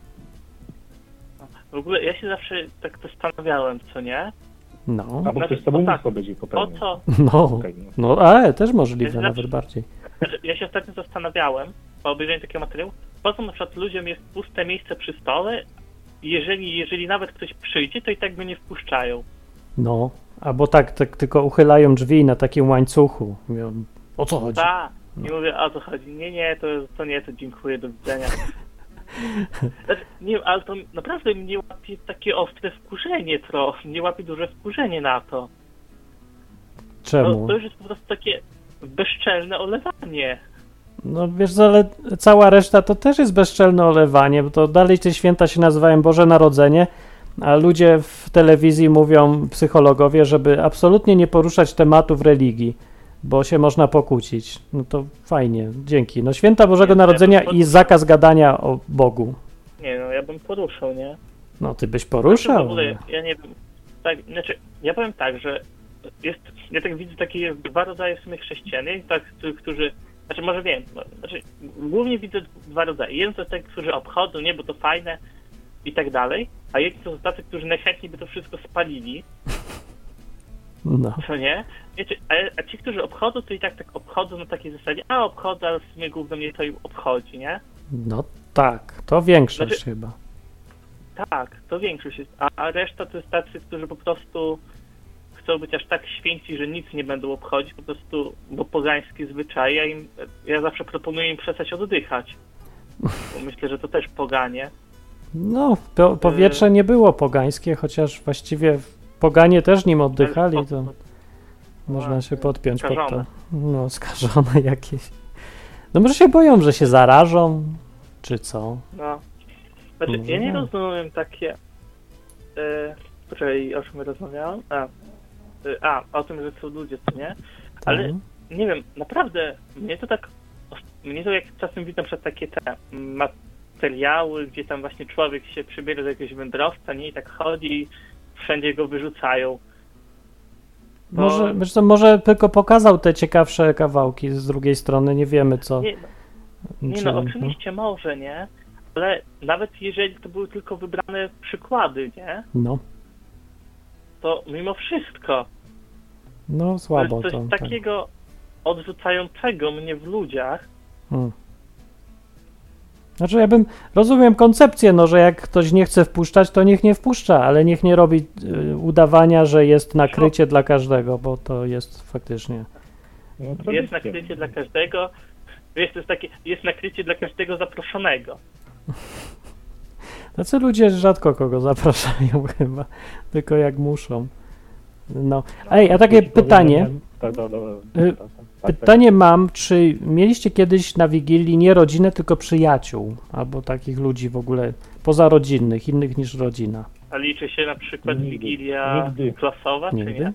W ogóle ja się zawsze tak zastanawiałem, co nie? No, Albo Znaczy, ktoś samobójstwo tak, będzie Po popełniał. co? no, Okej, no. no, ale też możliwe, Ja nawet zawsze- bardziej. Znaczy, ja się ostatnio zastanawiałem, po obejrzeniu takiego materiału, po co na przykład ludziom jest puste miejsce przy stole, jeżeli nawet ktoś przyjdzie, to i tak go nie wpuszczają. No, albo tak tylko uchylają drzwi na takim łańcuchu. Mówią, o co chodzi? Tak. I mówię, o co chodzi? Nie, to nie, to dziękuję, do widzenia. Znaczy, nie wiem, ale to naprawdę mnie łapie takie ostre wkurzenie mnie łapie duże wkurzenie na to. Czemu? To już jest po prostu takie bezczelne olewanie. No wiesz co, ale cała reszta to też jest bezczelne olewanie, bo to dalej te święta się nazywają Boże Narodzenie, a ludzie w telewizji mówią, psychologowie, żeby absolutnie nie poruszać tematów religii, bo się można pokłócić. No to fajnie, dzięki. No święta Bożego Nie, Narodzenia ja i zakaz gadania o Bogu. Nie no, ja bym poruszał, nie? No ty byś W poruszał. ogóle, ja nie wiem, tak, znaczy, ja powiem tak, że ja tak widzę takie dwa rodzaje w sumie chrześcijan, tak, którzy, znaczy może wiem, głównie widzę dwa rodzaje. Jeden to tak, którzy obchodzą, nie, bo to fajne i tak dalej, a jedni to są tacy, którzy najchętniej by to wszystko spalili, No. co nie? Wiecie, a ci, którzy obchodzą, to i tak obchodzą na takiej zasadzie, obchodzę, ale w sumie głównie mnie to obchodzi, nie? No tak, to większość Znaczy- chyba. Tak, to większość jest, a reszta to jest tacy, którzy po prostu chcą być aż tak święci, że nic nie będą obchodzić, po prostu, bo pogańskie zwyczaje, ja zawsze proponuję im przestać oddychać, bo myślę, że to też poganie. No, powietrze nie było pogańskie, chociaż właściwie poganie też nim oddychali, to można się podpiąć pod to. Skażone. No, skażone jakieś. No może się boją, że się zarażą, czy co? No, znaczy, Może ja nie tak. rozumiem takie, poczekaj, o czym ja rozmawiałem? O tym, że są ludzie, co nie? Ale Tak. nie wiem, naprawdę, mnie to jak czasem widzę przez takie te materiały, gdzie tam właśnie człowiek się przybiera do jakiegoś wędrowca, nie, i tak chodzi i wszędzie go wyrzucają. Bo- Może, wiesz co, może tylko pokazał te ciekawsze kawałki z drugiej strony, nie wiemy co. Nie czy- no, oczywiście może, nie? Ale nawet jeżeli to były tylko wybrane przykłady, nie? No, To mimo wszystko no to słabo jest to. coś tak. takiego odrzucającego mnie w ludziach. Znaczy ja bym, rozumiem koncepcję, no, że jak ktoś nie chce wpuszczać, to niech nie wpuszcza, ale niech nie robi udawania, że jest nakrycie dla każdego, bo to jest faktycznie. No, Jest tradycja. nakrycie dla każdego. Jest nakrycie dla każdego zaproszonego. Tacy ludzie rzadko kogo zapraszają chyba, tylko jak muszą. No. Ej, a takie Jeśli pytanie. powiem, tak, Pytanie mam, czy mieliście kiedyś na Wigilii nie rodzinę, tylko przyjaciół, albo takich ludzi w ogóle pozarodzinnych, innych niż rodzina? A liczy się na przykład Nigdy. Wigilia Nigdy. klasowa, czy Nigdy? nie?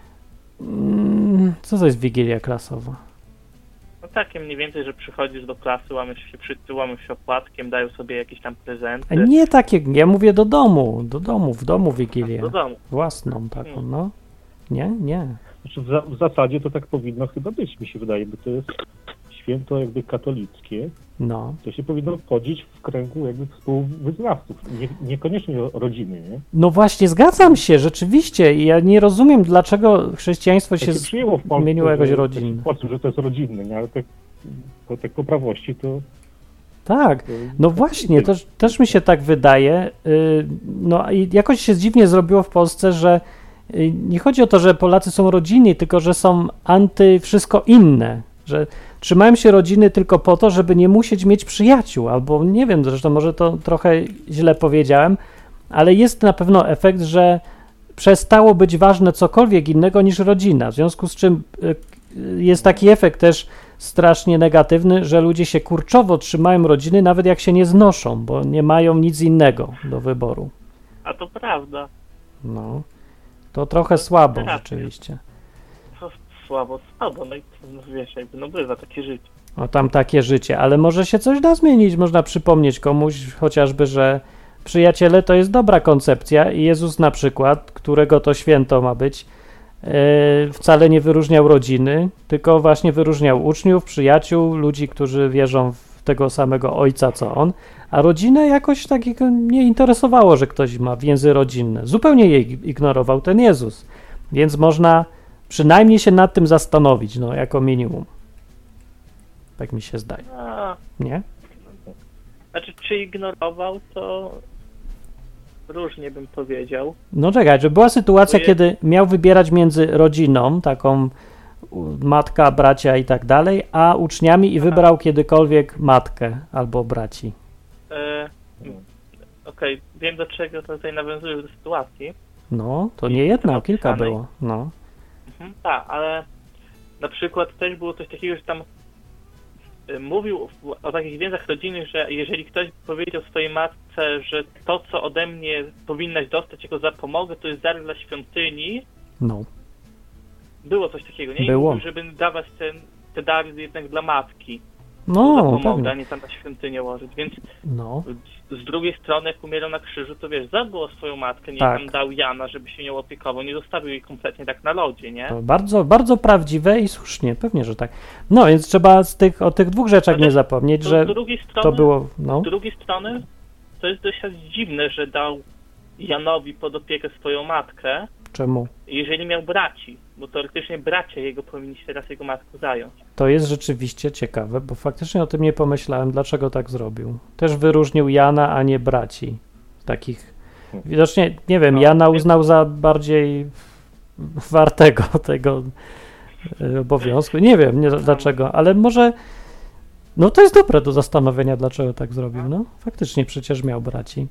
Co to jest Wigilia klasowa? No takie mniej więcej, że przychodzisz do klasy, wszyscy łamią się opłatkiem, dają sobie jakieś tam A prezenty. nie takie, ja mówię do domu, w domu Wigilię. Do domu. Własną taką, no. Nie? Nie. Znaczy w zasadzie to tak powinno chyba być, mi się wydaje, bo to jest święto jakby katolickie, No. to się powinno obchodzić w kręgu jakby współwyznawców, niekoniecznie rodziny, nie? No właśnie, zgadzam się, rzeczywiście. I ja nie rozumiem, dlaczego chrześcijaństwo To się się przyjęło w Polsce, zmieniło jakoś że- rodzinne. w Polsce, że to jest rodzinne, nie? Ale tak po prawości to... Tak, to no właśnie, też mi się tak wydaje. No i jakoś się dziwnie zrobiło w Polsce, że nie chodzi o to, że Polacy są rodzinni, tylko że są anty wszystko inne, że trzymają się rodziny tylko po to, żeby nie musieć mieć przyjaciół, albo nie wiem, zresztą może to trochę źle powiedziałem, ale jest na pewno efekt, że przestało być ważne cokolwiek innego niż rodzina, w związku z czym jest taki efekt też strasznie negatywny, że ludzie się kurczowo trzymają rodziny, nawet jak się nie znoszą, bo nie mają nic innego do wyboru. A to prawda. No, to trochę słabo Racja. rzeczywiście. To słabo. No i no wiesz, jakby no bywa takie życie. O, tam takie życie, ale może się coś da zmienić, można przypomnieć komuś chociażby, że przyjaciele to jest dobra koncepcja i Jezus na przykład, którego to święto ma być, wcale nie wyróżniał rodziny, tylko właśnie wyróżniał uczniów, przyjaciół, ludzi, którzy wierzą w tego samego ojca co on, a rodzinę jakoś takiego nie interesowało, że ktoś ma więzy rodzinne. Zupełnie je ignorował ten Jezus, więc można przynajmniej się nad tym zastanowić, no jako minimum. Tak mi się zdaje, A, nie? znaczy, czy ignorował, to różnie bym powiedział. No czekaj, że była sytuacja, Bo je- kiedy miał wybierać między rodziną, taką matka, bracia i tak dalej, a uczniami i wybrał kiedykolwiek matkę albo braci. E, Okej, wiem do czego to tutaj nawiązuje do sytuacji. No, to nie jedna, Opisanej. kilka było. No. Tak, ale na przykład też było coś takiego, że tam mówił o takich więzach rodzinnych, że jeżeli ktoś powiedział swojej matce, że to, co ode mnie powinnaś dostać jako zapomogę, to jest dar dla świątyni, No. było coś takiego, nie? I Było. mówił, żeby dawać te dary jednak dla matki, No, zapomogę, a pewnie. nie tam na świątynię łożyć, więc No, z drugiej strony, jak umierał na krzyżu, to wiesz, zadbał o swoją matkę, nie Tak. tam dał Jana, żeby się nią opiekował, nie zostawił jej kompletnie tak na lodzie, nie? to bardzo, bardzo prawdziwe i słusznie, pewnie, że tak. No, więc trzeba o tych dwóch rzeczach nie zapomnieć, że Z drugiej strony, to było, no, z drugiej strony, to jest dość dziwne, że dał Janowi pod opiekę swoją matkę, czemu? jeżeli miał braci, bo teoretycznie bracia jego powinni się teraz jego matką zająć. To jest rzeczywiście ciekawe, bo faktycznie o tym nie pomyślałem, dlaczego tak zrobił. Też wyróżnił Jana, a nie braci. Takich, widocznie, nie wiem, No, Jana więc- uznał za bardziej wartego tego obowiązku. Nie wiem, dlaczego, ale może, no to jest dobre do zastanowienia, dlaczego tak zrobił. No, faktycznie przecież miał braci.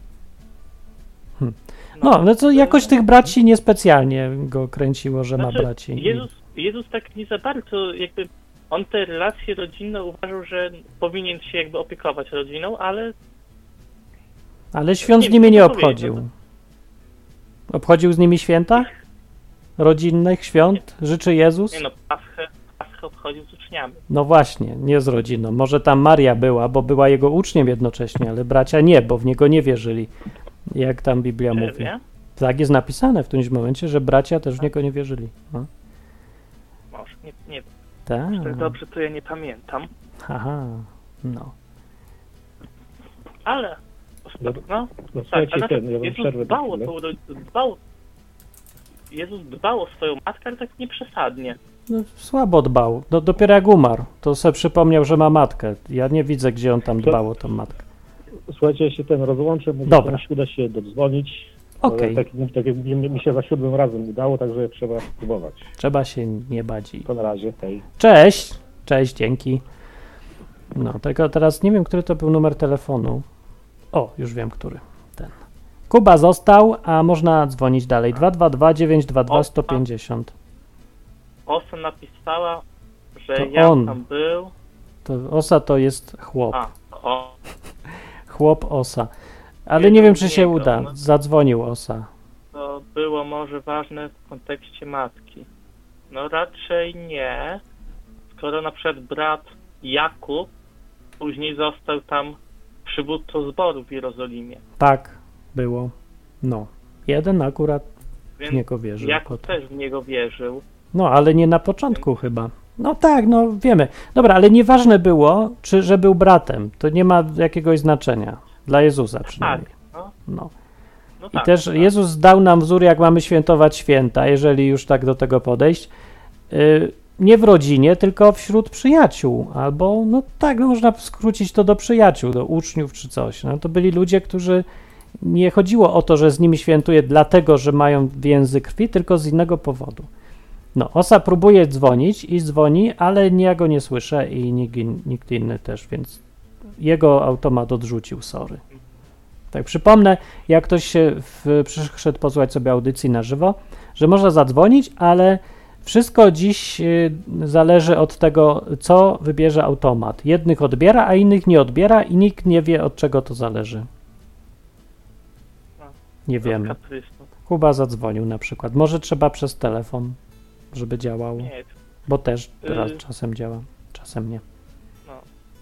No to jakoś tych braci niespecjalnie go kręciło, że ma Znaczy, braci. Jezus tak nie za bardzo, jakby on te relacje rodzinne uważał, że powinien się jakby opiekować rodziną, ale Ale świąt z nie nimi wiem, nie co powiedzieć, obchodził. Obchodził z nimi święta? Rodzinnych świąt? Życzy Jezus? nie no, Paschę obchodził z uczniami. No właśnie, nie z rodziną. Może tam Maria była, bo była jego uczniem jednocześnie, ale bracia nie, bo w niego nie wierzyli. Jak tam Biblia mówi. Pewnie? Tak jest napisane w którymś momencie, że bracia też w niego nie wierzyli. No. Może, nie Tak. tak dobrze to ja nie pamiętam, Haha. No. ale No, no, no tak, słuchajcie, ale ja wam Jezus przerwę dbał na o chwilę. Jezus dbał o swoją matkę, ale tak nieprzesadnie. No, słabo dbał. Dopiero jak umarł, to sobie przypomniał, że ma matkę. Ja nie widzę, gdzie on tam dbał o tą matkę. Słuchajcie, ja się rozłączę, może Dobra. komuś uda się dodzwonić. Okej, Ale tak jak mówiłem, mi się za 7 razem udało, także trzeba spróbować. trzeba się nie bać. To na razie, hej. Cześć! Cześć, dzięki. No, tylko teraz nie wiem, który to był numer telefonu. O, już wiem, który. Ten. Kuba został, a można dzwonić dalej. 222-922-150. Osa napisała, że To ja on. tam był. To Osa to jest chłop. O, Chłop Osa. Ale Nie, nie wiem, to czy nie się go, uda. no. Zadzwonił Osa. to było może ważne w kontekście matki. No raczej nie, skoro na przykład brat Jakub później został tam przywódcą zboru w Jerozolimie. Tak, było. No. Jeden akurat w Więc niego wierzył. Jakub Potem. też w niego wierzył. No, ale nie na początku chyba. No tak, no wiemy. Dobra, ale nieważne było, że był bratem. To nie ma jakiegoś znaczenia. Dla Jezusa przynajmniej. Tak, no. No. No I tak, też tak. Jezus dał nam wzór, jak mamy świętować święta, jeżeli już tak do tego podejść. Nie w rodzinie, tylko wśród przyjaciół. Albo, no tak, no można skrócić to do przyjaciół, do uczniów czy coś. No to byli ludzie, którzy nie chodziło o to, że z nimi świętuje dlatego, że mają więzy krwi, tylko z innego powodu. No, Osa próbuje dzwonić i dzwoni, ale ja go nie słyszę i nikt inny też, więc jego automat odrzucił, sorry. Tak, przypomnę, jak ktoś się przyszedł posłuchać sobie audycji na żywo, że można zadzwonić, ale wszystko dziś zależy od tego, co wybierze automat. Jednych odbiera, a innych nie odbiera i nikt nie wie, od czego to zależy. Nie wiemy. Kaprysno. Kuba zadzwonił na przykład. Może trzeba przez telefon, żeby działało, Nie, bo też teraz czasem działa, czasem nie. no.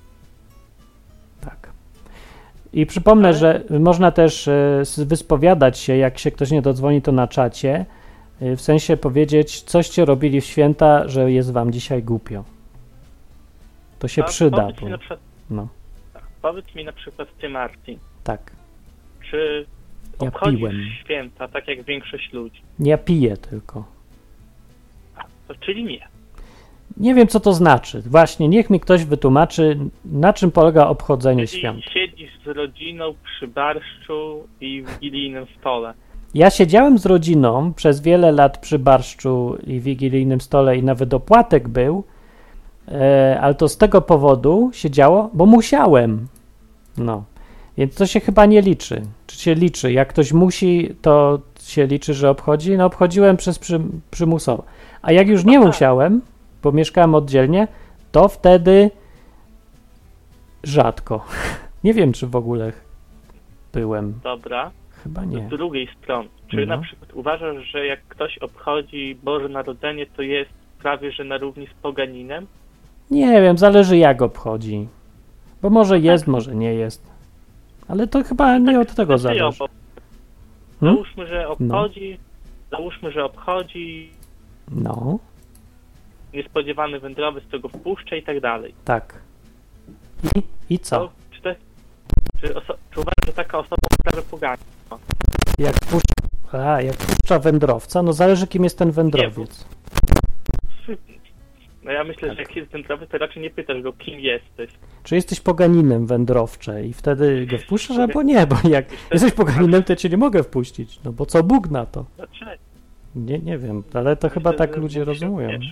Tak. I przypomnę, Ale- że można też wyspowiadać się, jak się ktoś nie dodzwoni, to na czacie, w sensie powiedzieć, coście robili w święta, że jest wam dzisiaj głupio. To się A przyda. Powiedz, Bo, mi na przykład, no, powiedz mi na przykład ty, Marcin, tak. czy Ja obchodzisz piłem. święta tak jak większość ludzi? Ja piję tylko. To czyli nie. Nie wiem, co to znaczy. Właśnie, niech mi ktoś wytłumaczy, na czym polega obchodzenie Czyli świąt. siedzisz z rodziną przy barszczu i wigilijnym stole. Ja siedziałem z rodziną przez wiele lat przy barszczu i wigilijnym stole i nawet opłatek był, ale to z tego powodu się działo, bo musiałem. No, więc to się chyba nie liczy. Czy się liczy? Jak ktoś musi, to się liczy, że obchodzi? No obchodziłem przez przymusowo. A jak już nie musiałem, bo mieszkałem oddzielnie, to wtedy rzadko. Nie wiem, czy w ogóle byłem. Dobra. Chyba nie. Z drugiej strony, czy No. na przykład uważasz, że jak ktoś obchodzi Boże Narodzenie, to jest prawie że na równi z poganinem? Nie wiem, zależy jak obchodzi. Bo może jest, może nie jest. Ale to chyba nie od tego zależy. Hmm? Załóżmy, że obchodzi No, niespodziewany wędrowiec, to go wpuszcza i tak dalej. tak. I co? To, czy uważasz, że taka osoba sprawia poganin? Jak puszcza wędrowca, no zależy kim jest ten wędrowiec. No ja myślę, Tak. że jak jest wędrowiec, to raczej nie pytasz go, kim jesteś. Czy jesteś poganinem wędrowcze i wtedy go wpuszczasz, albo nie, bo jak jesteś poganinem, to ja cię nie mogę wpuścić. No bo co Bóg na to? Dlaczego? Nie wiem, ale to chyba Myślę, tak że ludzie Bóg się rozumują. ucieszy.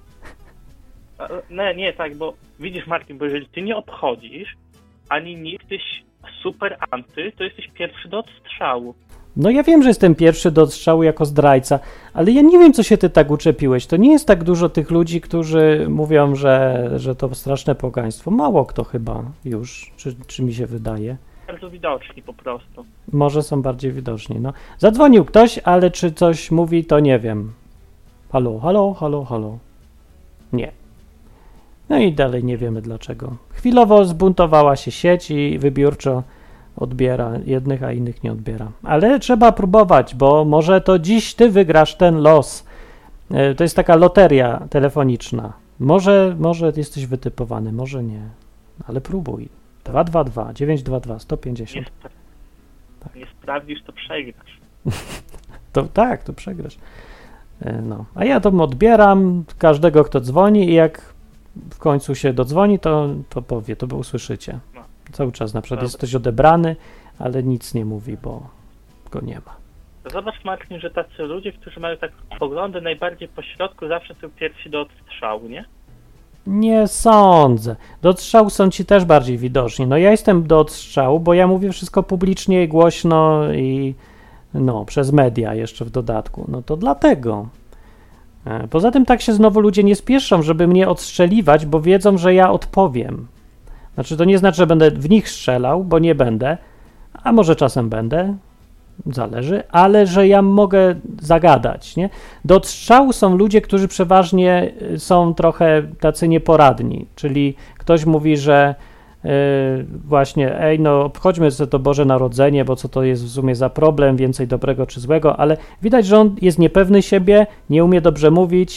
Nie, tak, bo widzisz, Martin, bo jeżeli ty nie obchodzisz, ani nie jesteś super anty, to jesteś pierwszy do odstrzału. No ja wiem, że jestem pierwszy do odstrzału jako zdrajca, ale ja nie wiem, co się ty tak uczepiłeś. To nie jest tak dużo tych ludzi, którzy mówią, że to straszne pogaństwo. Mało kto chyba już, czy mi się wydaje. Bardzo widoczni po prostu. Może są bardziej widoczni. No. Zadzwonił ktoś, ale czy coś mówi, to nie wiem. Halo, halo, halo, halo. Nie. No i dalej nie wiemy dlaczego. Chwilowo zbuntowała się sieć i wybiórczo odbiera jednych, a innych nie odbiera. Ale trzeba próbować, bo może to dziś ty wygrasz ten los. To jest taka loteria telefoniczna. Może jesteś wytypowany, może nie. Ale próbuj. 222 922 150. Nie sprawdzisz, to przegrasz. To tak, to przegrasz. No. A ja to odbieram każdego, kto dzwoni i jak w końcu się dodzwoni, to powie, to usłyszycie. No. Cały czas na przykład Dobra. jest ktoś odebrany, ale nic nie mówi, bo go nie ma. Zobacz, Martin, że tacy ludzie, którzy mają tak poglądy najbardziej po środku, zawsze są pierwsi do odstrzału, nie? Nie sądzę. Do odstrzału są ci też bardziej widoczni. No ja jestem do odstrzału, bo ja mówię wszystko publicznie, głośno i no, przez media jeszcze w dodatku. No to dlatego. Poza tym tak się znowu ludzie nie spieszą, żeby mnie odstrzeliwać, bo wiedzą, że ja odpowiem. Znaczy to nie znaczy, że będę w nich strzelał, bo nie będę, a może czasem będę, zależy, ale że ja mogę zagadać, nie? Do odstrzału są ludzie, którzy przeważnie są trochę tacy nieporadni, czyli ktoś mówi, że właśnie, no obchodźmy sobie to Boże Narodzenie, bo co to jest w sumie za problem, więcej dobrego czy złego, ale widać, że on jest niepewny siebie, nie umie dobrze mówić,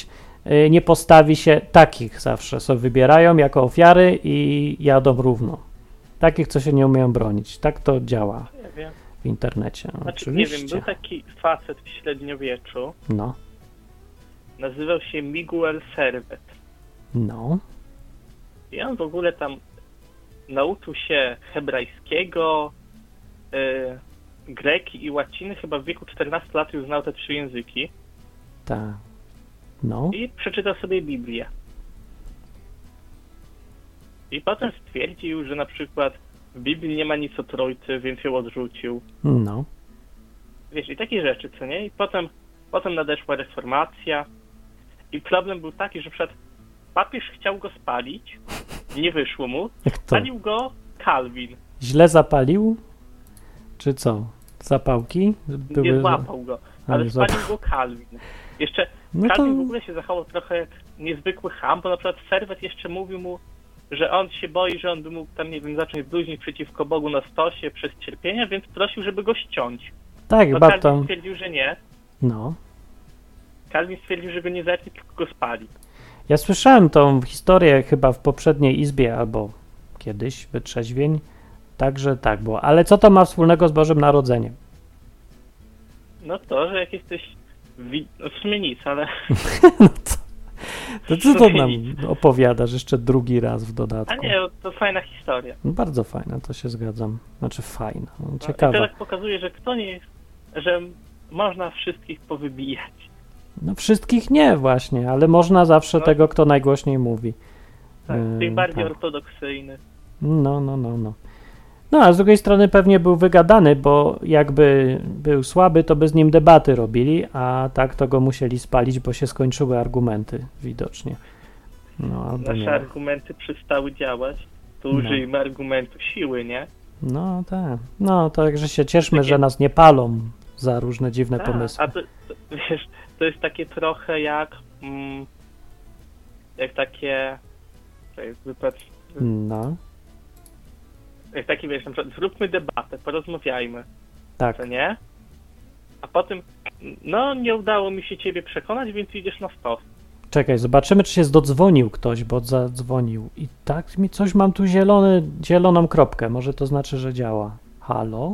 nie postawi się, takich zawsze sobie wybierają jako ofiary i jadą równo. Takich, co się nie umieją bronić. Tak to działa Nie wiem. w internecie. Znaczy, nie Oczywiście. wiem, był taki facet w średniowieczu, No, nazywał się Miguel Servet. no. I on w ogóle tam nauczył się hebrajskiego, greki i łaciny, chyba w wieku 14 lat już znał te 3 języki Tak. No. i przeczytał sobie Biblię. I potem stwierdził, że na przykład w Biblii nie ma nic o Trójcy, więc ją odrzucił. No. Wiesz, i takie rzeczy, co nie? I potem nadeszła reformacja i problem był taki, że przed papież chciał go spalić, nie wyszło mu, Jak to? spalił go Kalwin. Źle zapalił? Czy co? Zapałki? Nie złapał go, ale nie spalił złapał. go Kalwin. Jeszcze No to- Kalwin w ogóle się zachował trochę jak niezwykły cham, bo na przykład Serwet jeszcze mówił mu, że on się boi, że on by mógł tam, nie wiem, zacząć bluźnić przeciwko Bogu na stosie przez cierpienia, więc prosił, żeby go ściąć. Tak, No chyba Kalwin tam. stwierdził, że nie. No. Kalwin stwierdził, że go nie zacznie, tylko go spali. Ja słyszałem tą historię chyba w poprzedniej izbie albo kiedyś, wytrzeźwień. Także tak było. Ale co to ma wspólnego z Bożym Narodzeniem? No to, że jak jesteś... No w sumie nic, ale... No co? To co to nam opowiadasz jeszcze drugi raz w dodatku? A nie, to fajna historia. No bardzo fajna, to się zgadzam. Znaczy fajna, no, I to ciekawa. tak pokazuje, że kto nie jest... Że można wszystkich powybijać. No wszystkich nie właśnie, ale można zawsze No. tego, kto najgłośniej mówi. Tak, tych bardziej tak. ortodoksyjnych. No. No, a z drugiej strony pewnie był wygadany, bo jakby był słaby, to by z nim debaty robili, a tak to go musieli spalić, bo się skończyły argumenty widocznie. No, albo Nasze nie. argumenty przestały działać, to No. użyjmy argumentu siły, nie? No tak. No, to także się cieszmy, Takie- że nas nie palą za różne dziwne A pomysły. wiesz, to jest takie trochę jak takie... No, Jak taki, wiesz, na przykład zróbmy debatę, porozmawiajmy, tak. co nie? A potem, no nie udało mi się ciebie przekonać, więc idziesz na stos. Czekaj, zobaczymy, czy się dodzwonił ktoś, bo zadzwonił. I tak mi coś mam tu zieloną kropkę. Może to znaczy, że działa. Halo?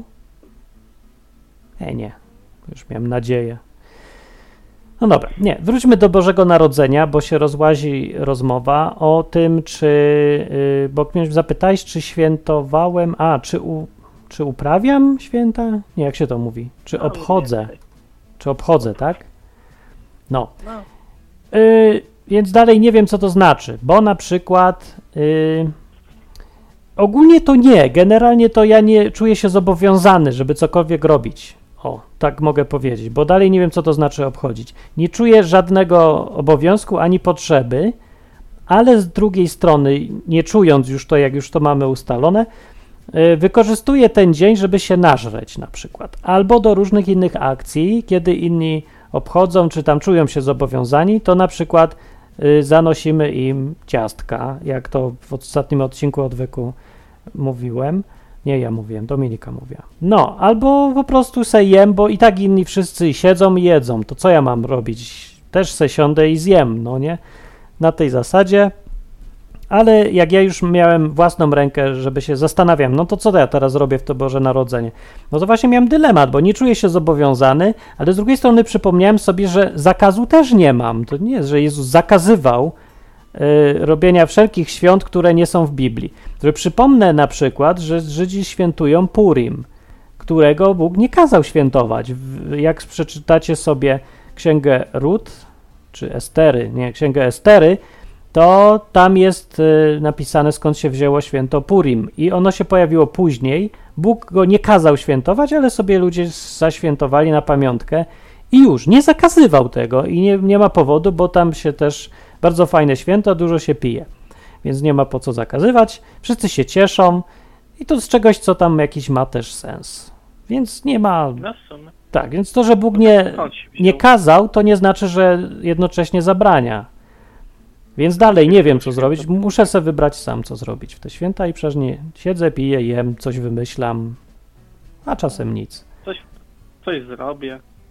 Nie. Już miałem nadzieję. No dobra, nie. Wróćmy do Bożego Narodzenia, bo się rozłazi rozmowa o tym, bo mnie zapytałeś, czy świętowałem, czy uprawiam święta? Nie, jak się to mówi? Czy No, obchodzę? więcej. Czy obchodzę, tak? No. No, Więc dalej nie wiem, co to znaczy, bo na przykład ogólnie to nie, generalnie to ja nie czuję się zobowiązany, żeby cokolwiek robić. O, tak mogę powiedzieć, bo dalej nie wiem, co to znaczy obchodzić. Nie czuję żadnego obowiązku ani potrzeby, ale z drugiej strony, nie czując już to, jak już to mamy ustalone, wykorzystuję ten dzień, żeby się nażreć na przykład, albo do różnych innych akcji, kiedy inni obchodzą, czy tam czują się zobowiązani, to na przykład zanosimy im ciastka, jak to w ostatnim odcinku Odwyku mówiłem. Nie ja mówiłem, Dominika mówiła. No, albo po prostu se jem, bo i tak inni wszyscy siedzą i jedzą, to co ja mam robić? Też se siądę i zjem, no nie? Na tej zasadzie. Ale jak ja już miałem własną rękę, żeby się zastanawiam, no to co ja teraz robię w to Boże Narodzenie? No to właśnie miałem dylemat, bo nie czuję się zobowiązany, ale z drugiej strony przypomniałem sobie, że zakazu też nie mam. To nie jest, że Jezus zakazywał robienia wszelkich świąt, które nie są w Biblii. Że przypomnę na przykład, że Żydzi świętują Purim, którego Bóg nie kazał świętować. Jak przeczytacie sobie Księgę Rut, czy Estery, nie, Księgę Estery, to tam jest napisane, skąd się wzięło święto Purim i ono się pojawiło później. Bóg go nie kazał świętować, ale sobie ludzie zaświętowali na pamiątkę i już, nie zakazywał tego i nie ma powodu, bo tam się też bardzo fajne święto, dużo się pije, więc nie ma po co zakazywać, wszyscy się cieszą i to z czegoś, co tam jakiś ma też sens, więc nie ma... no w sumie. Tak, więc to, że Bóg Skąd się wziął? nie kazał, to nie znaczy, że jednocześnie zabrania. Więc dalej nie wiem, co zrobić. Muszę sobie wybrać sam, co zrobić w te święta i przecież nie siedzę, piję, jem, coś wymyślam, a czasem nic. Coś zrobię.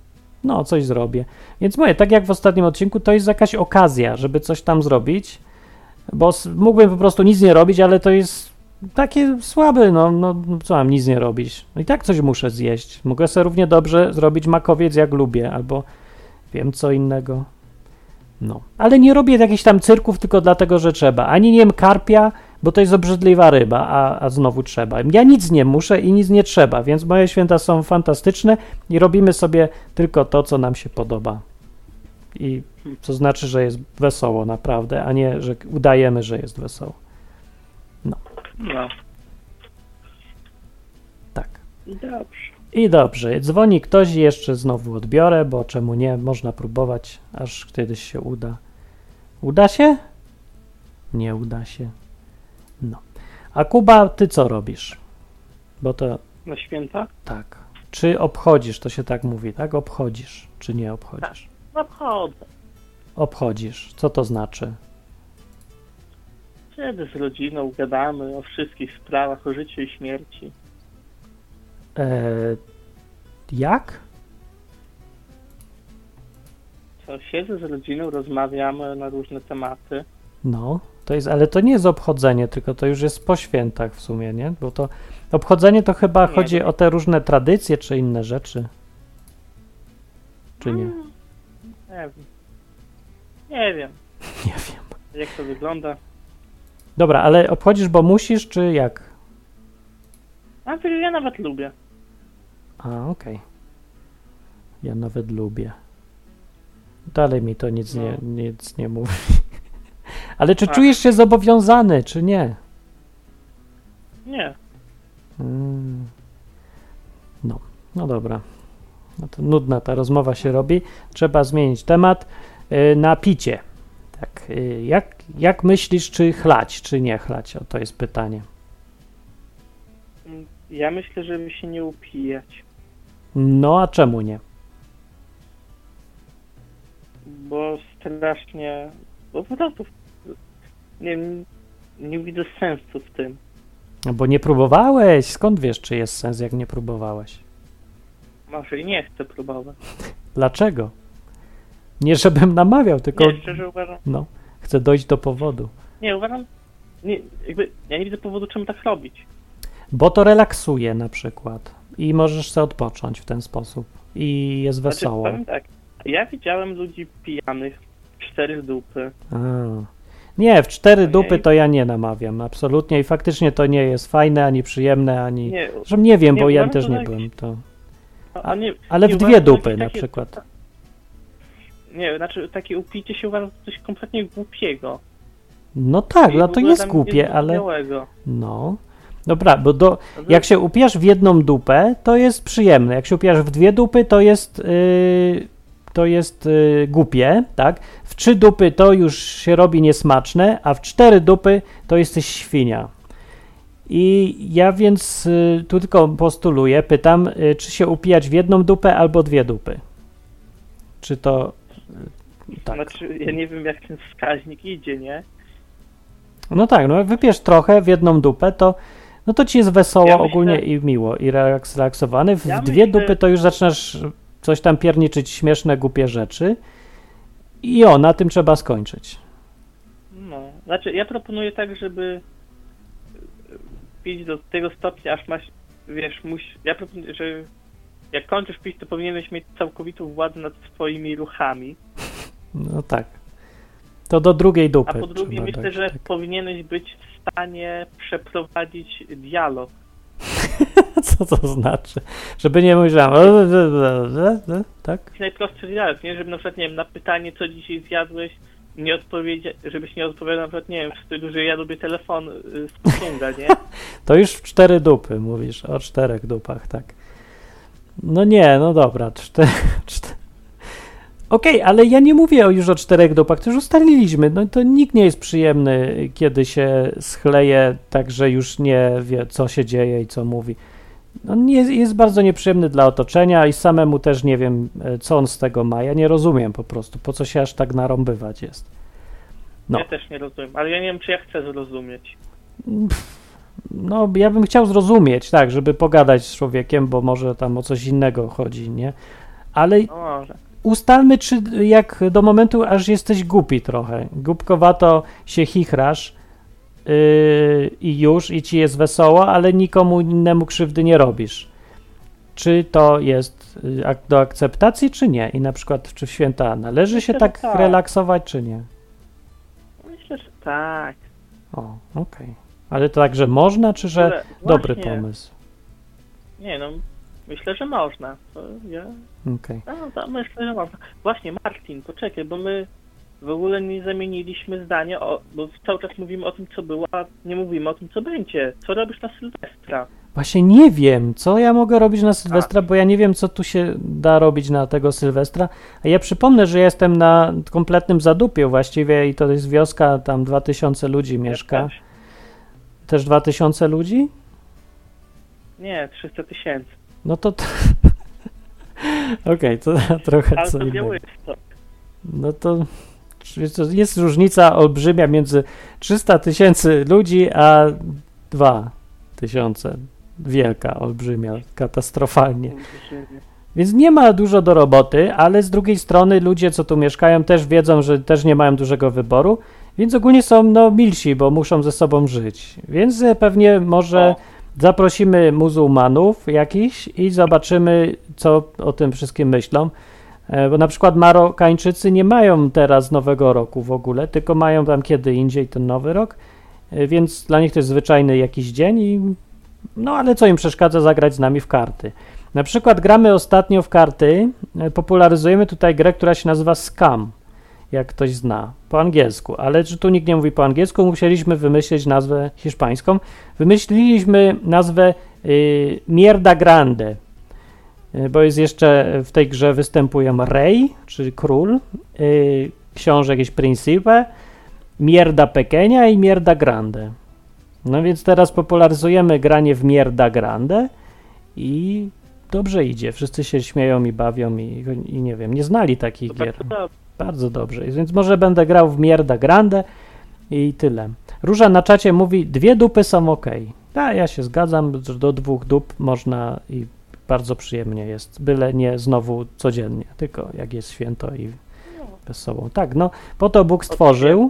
no coś zrobię. Więc mówię, tak jak w ostatnim odcinku, to jest jakaś okazja, żeby coś tam zrobić, bo mógłbym po prostu nic nie robić, ale to jest takie słabe, no co mam nic nie robić? No i tak coś muszę zjeść. Mogę sobie równie dobrze zrobić makowiec jak lubię, albo wiem co innego. No, ale nie robię jakichś tam cyrków tylko dlatego, że trzeba. Ani nie jem karpia, bo to jest obrzydliwa ryba, a znowu trzeba. Ja nic nie muszę i nic nie trzeba, więc moje święta są fantastyczne i robimy sobie tylko to, co nam się podoba. I co znaczy, że jest wesoło naprawdę, a nie, że udajemy, że jest wesoło. No. Tak. I dobrze. I dobrze, dzwoni ktoś i jeszcze znowu odbiorę, bo czemu nie, można próbować, aż kiedyś się uda. Uda się? Nie uda się. No. A Kuba, ty co robisz? Bo to Na święta? tak. Czy obchodzisz, to się tak mówi, tak? Obchodzisz, czy nie obchodzisz? Obchodzę. Obchodzisz. Co to znaczy? Siedzę z rodziną, gadamy o wszystkich sprawach, o życiu i śmierci. Jak? Co, siedzę z rodziną, rozmawiamy na różne tematy. No, to jest, ale to nie jest obchodzenie, tylko to już jest po świętach w sumie, nie? Bo to obchodzenie to chyba Nie, chodzi to- o te różne tradycje, czy inne rzeczy. Czy nie? Nie wiem. Nie wiem, Nie wiem. jak to wygląda. Dobra, ale obchodzisz, bo musisz, czy jak? A to ja nawet lubię. A, okej. Ja nawet lubię. Dalej mi to nic nie mówi. Ale czy Tak. czujesz się zobowiązany, czy nie? Nie. No dobra. No to nudna ta rozmowa się robi. Trzeba zmienić temat na picie. Tak. Jak myślisz, czy chlać, czy nie chlać? O, to jest pytanie. Ja myślę, żeby się nie upijać. No, a czemu nie? Bo strasznie... Bo po prostu... Nie widzę sensu w tym. No bo nie próbowałeś. Skąd wiesz, czy jest sens, jak nie próbowałeś? Może i nie chcę próbować. Dlaczego? Nie, żebym namawiał, tylko Nie, szczerze uważam... no, chcę dojść do powodu. Nie, uważam... Nie, ja nie widzę powodu, czemu tak robić. Bo to relaksuje na przykład i możesz sobie odpocząć w ten sposób i jest wesoło. Powiem tak, ja widziałem ludzi pijanych w 4 dupy. A. Nie, w 4 Nie. dupy to ja nie namawiam, absolutnie i faktycznie to nie jest fajne, ani przyjemne, ani... Nie, Zresztą nie wiem, bo ja uważam, też że nie tak- byłem, to... nie, Ale nie w 2 uważam, że dupy jakieś na takie- przykład. Nie, znaczy takie upicie się uważa za coś kompletnie głupiego. No tak, I no w to ogóle jest tam głupie, ale... niezrozumiałego. No. Dobra, bo No jak się upijasz w jedną dupę, to jest przyjemne. Jak się upijasz w 2 dupy, to jest głupie, tak? W 3 dupy to już się robi niesmaczne, a w 4 dupy to jesteś świnia. I ja więc tu tylko postuluję, pytam, czy się upijać w jedną dupę albo 2 dupy? Czy to... tak. Znaczy, ja nie wiem, jak ten wskaźnik idzie, nie? No tak, no jak wypijesz trochę w jedną dupę, to no to ci jest wesoło Ja myślę- ogólnie i miło i zrelaksowany. W Ja 2 myślę- dupy to już zaczynasz coś tam pierniczyć, śmieszne, głupie rzeczy i na tym trzeba skończyć. No, znaczy ja proponuję tak, żeby pić do tego stopnia, aż masz, wiesz, ja proponuję, że jak kończysz pić, to powinieneś mieć całkowitą władzę nad swoimi ruchami, No tak. To do 2 dupy. a po drugie trzeba myślę, dać, że tak. powinieneś być w stanie przeprowadzić dialog. Co to znaczy? Żeby nie mówić tam... tak? Najprostszy dialog, nie? Żeby na przykład, nie wiem, na pytanie, co dzisiaj zjadłeś, żebyś nie odpowiadał na przykład, nie wiem, w stylu, że ja lubię telefon z Samsunga, nie? To już w 4 dupy mówisz, o 4 dupach, tak. No nie, no dobra, 4. Okej, ale ja nie mówię już o 4 dupach, to już ustaliliśmy, no to nikt nie jest przyjemny, kiedy się schleje tak, że już nie wie, co się dzieje i co mówi. No jest bardzo nieprzyjemny dla otoczenia i samemu też nie wiem, co on z tego ma, ja nie rozumiem po prostu, po co się aż tak narąbywać jest. No. Ja też nie rozumiem, ale ja nie wiem, czy ja chcę zrozumieć. No, ja bym chciał zrozumieć, tak, żeby pogadać z człowiekiem, bo może tam o coś innego chodzi, nie? Ale No może. ustalmy, czy jak do momentu, aż jesteś głupi trochę, głupkowato się chichrasz i już, i ci jest wesoło, ale nikomu innemu krzywdy nie robisz. Czy to jest do akceptacji, czy nie? I na przykład, czy w święta należy się Myślę, że tak tak. relaksować, czy nie? Myślę, że tak. O, okej. Ale to tak, że można, czy że Ale dobry właśnie. pomysł? Nie no, myślę, że można. To ja... Okej. No, to myślę, że można. Właśnie, Martin, poczekaj, bo my w ogóle nie zamieniliśmy zdania, bo cały czas mówimy o tym, co było, a nie mówimy o tym, co będzie. Co robisz na Sylwestra? Właśnie nie wiem, co ja mogę robić na Sylwestra, bo ja nie wiem, co tu się da robić na tego Sylwestra. A ja przypomnę, że jestem na kompletnym zadupiu właściwie i to jest wioska, tam 2000 ludzi mieszka. też. Też 2000 ludzi? Nie, 300 000. No to... Okej, to trochę Ale co to innego. Białystok. No to jest różnica olbrzymia między 300 000 ludzi a 2000. Wielka, olbrzymia, katastrofalnie. Więc nie ma dużo do roboty, ale z drugiej strony ludzie, co tu mieszkają, też wiedzą, że też nie mają dużego wyboru, więc ogólnie są milsi, bo muszą ze sobą żyć. Więc pewnie może zaprosimy muzułmanów jakichś i zobaczymy, co o tym wszystkim myślą. Bo na przykład Marokańczycy nie mają teraz Nowego Roku w ogóle, tylko mają tam kiedy indziej ten Nowy Rok, więc dla nich to jest zwyczajny jakiś dzień i no ale co im przeszkadza zagrać z nami w karty. Na przykład gramy ostatnio w karty, popularyzujemy tutaj grę, która się nazywa Scam, jak ktoś zna, po angielsku, ale że tu nikt nie mówi po angielsku, musieliśmy wymyślić nazwę hiszpańską. Wymyśliliśmy nazwę Mierda Grande, bo jest jeszcze w tej grze występują rey, czyli król, książę jakiś príncipe, Mierda Pequeña i Mierda Grande. No więc teraz popularyzujemy granie w Mierda Grande i dobrze idzie. Wszyscy się śmieją i bawią i nie wiem, nie znali takich gier. Bardzo dobrze. Więc może będę grał w Mierda Grande i tyle. Róża na czacie mówi, 2 dupy są ok. A ja się zgadzam, że do 2 dup można i bardzo przyjemnie jest. Byle nie znowu codziennie, tylko jak jest święto i wesoło. Tak, no po to Bóg stworzył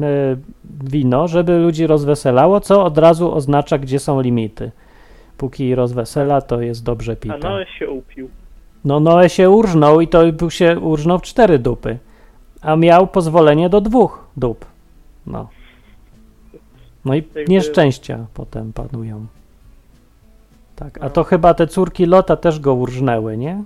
wino, żeby ludzi rozweselało, co od razu oznacza, gdzie są limity. Póki rozwesela, to jest dobrze pita. A Noe się upił. No Noe się urżnął i to się urżnął w 4 dupy, a miał pozwolenie do 2 dup. No. No i nieszczęścia potem panują. Tak, a to chyba te córki Lota też go urżnęły, nie?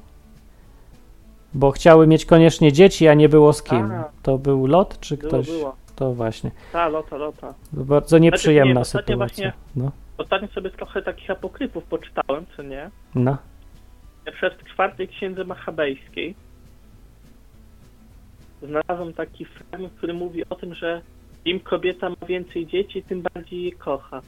Bo chciały mieć koniecznie dzieci, a nie było z kim. To był Lot, czy ktoś? Było. To właśnie. Ta, Lota. To bardzo nieprzyjemna ostatnio sytuacja. właśnie- No. Ostatnio sobie trochę takich apokryfów poczytałem, co nie? No. Na przykład w 4. księdze machabejskiej znalazłem taki fragment, który mówi o tym, że im kobieta ma więcej dzieci, tym bardziej je kocha.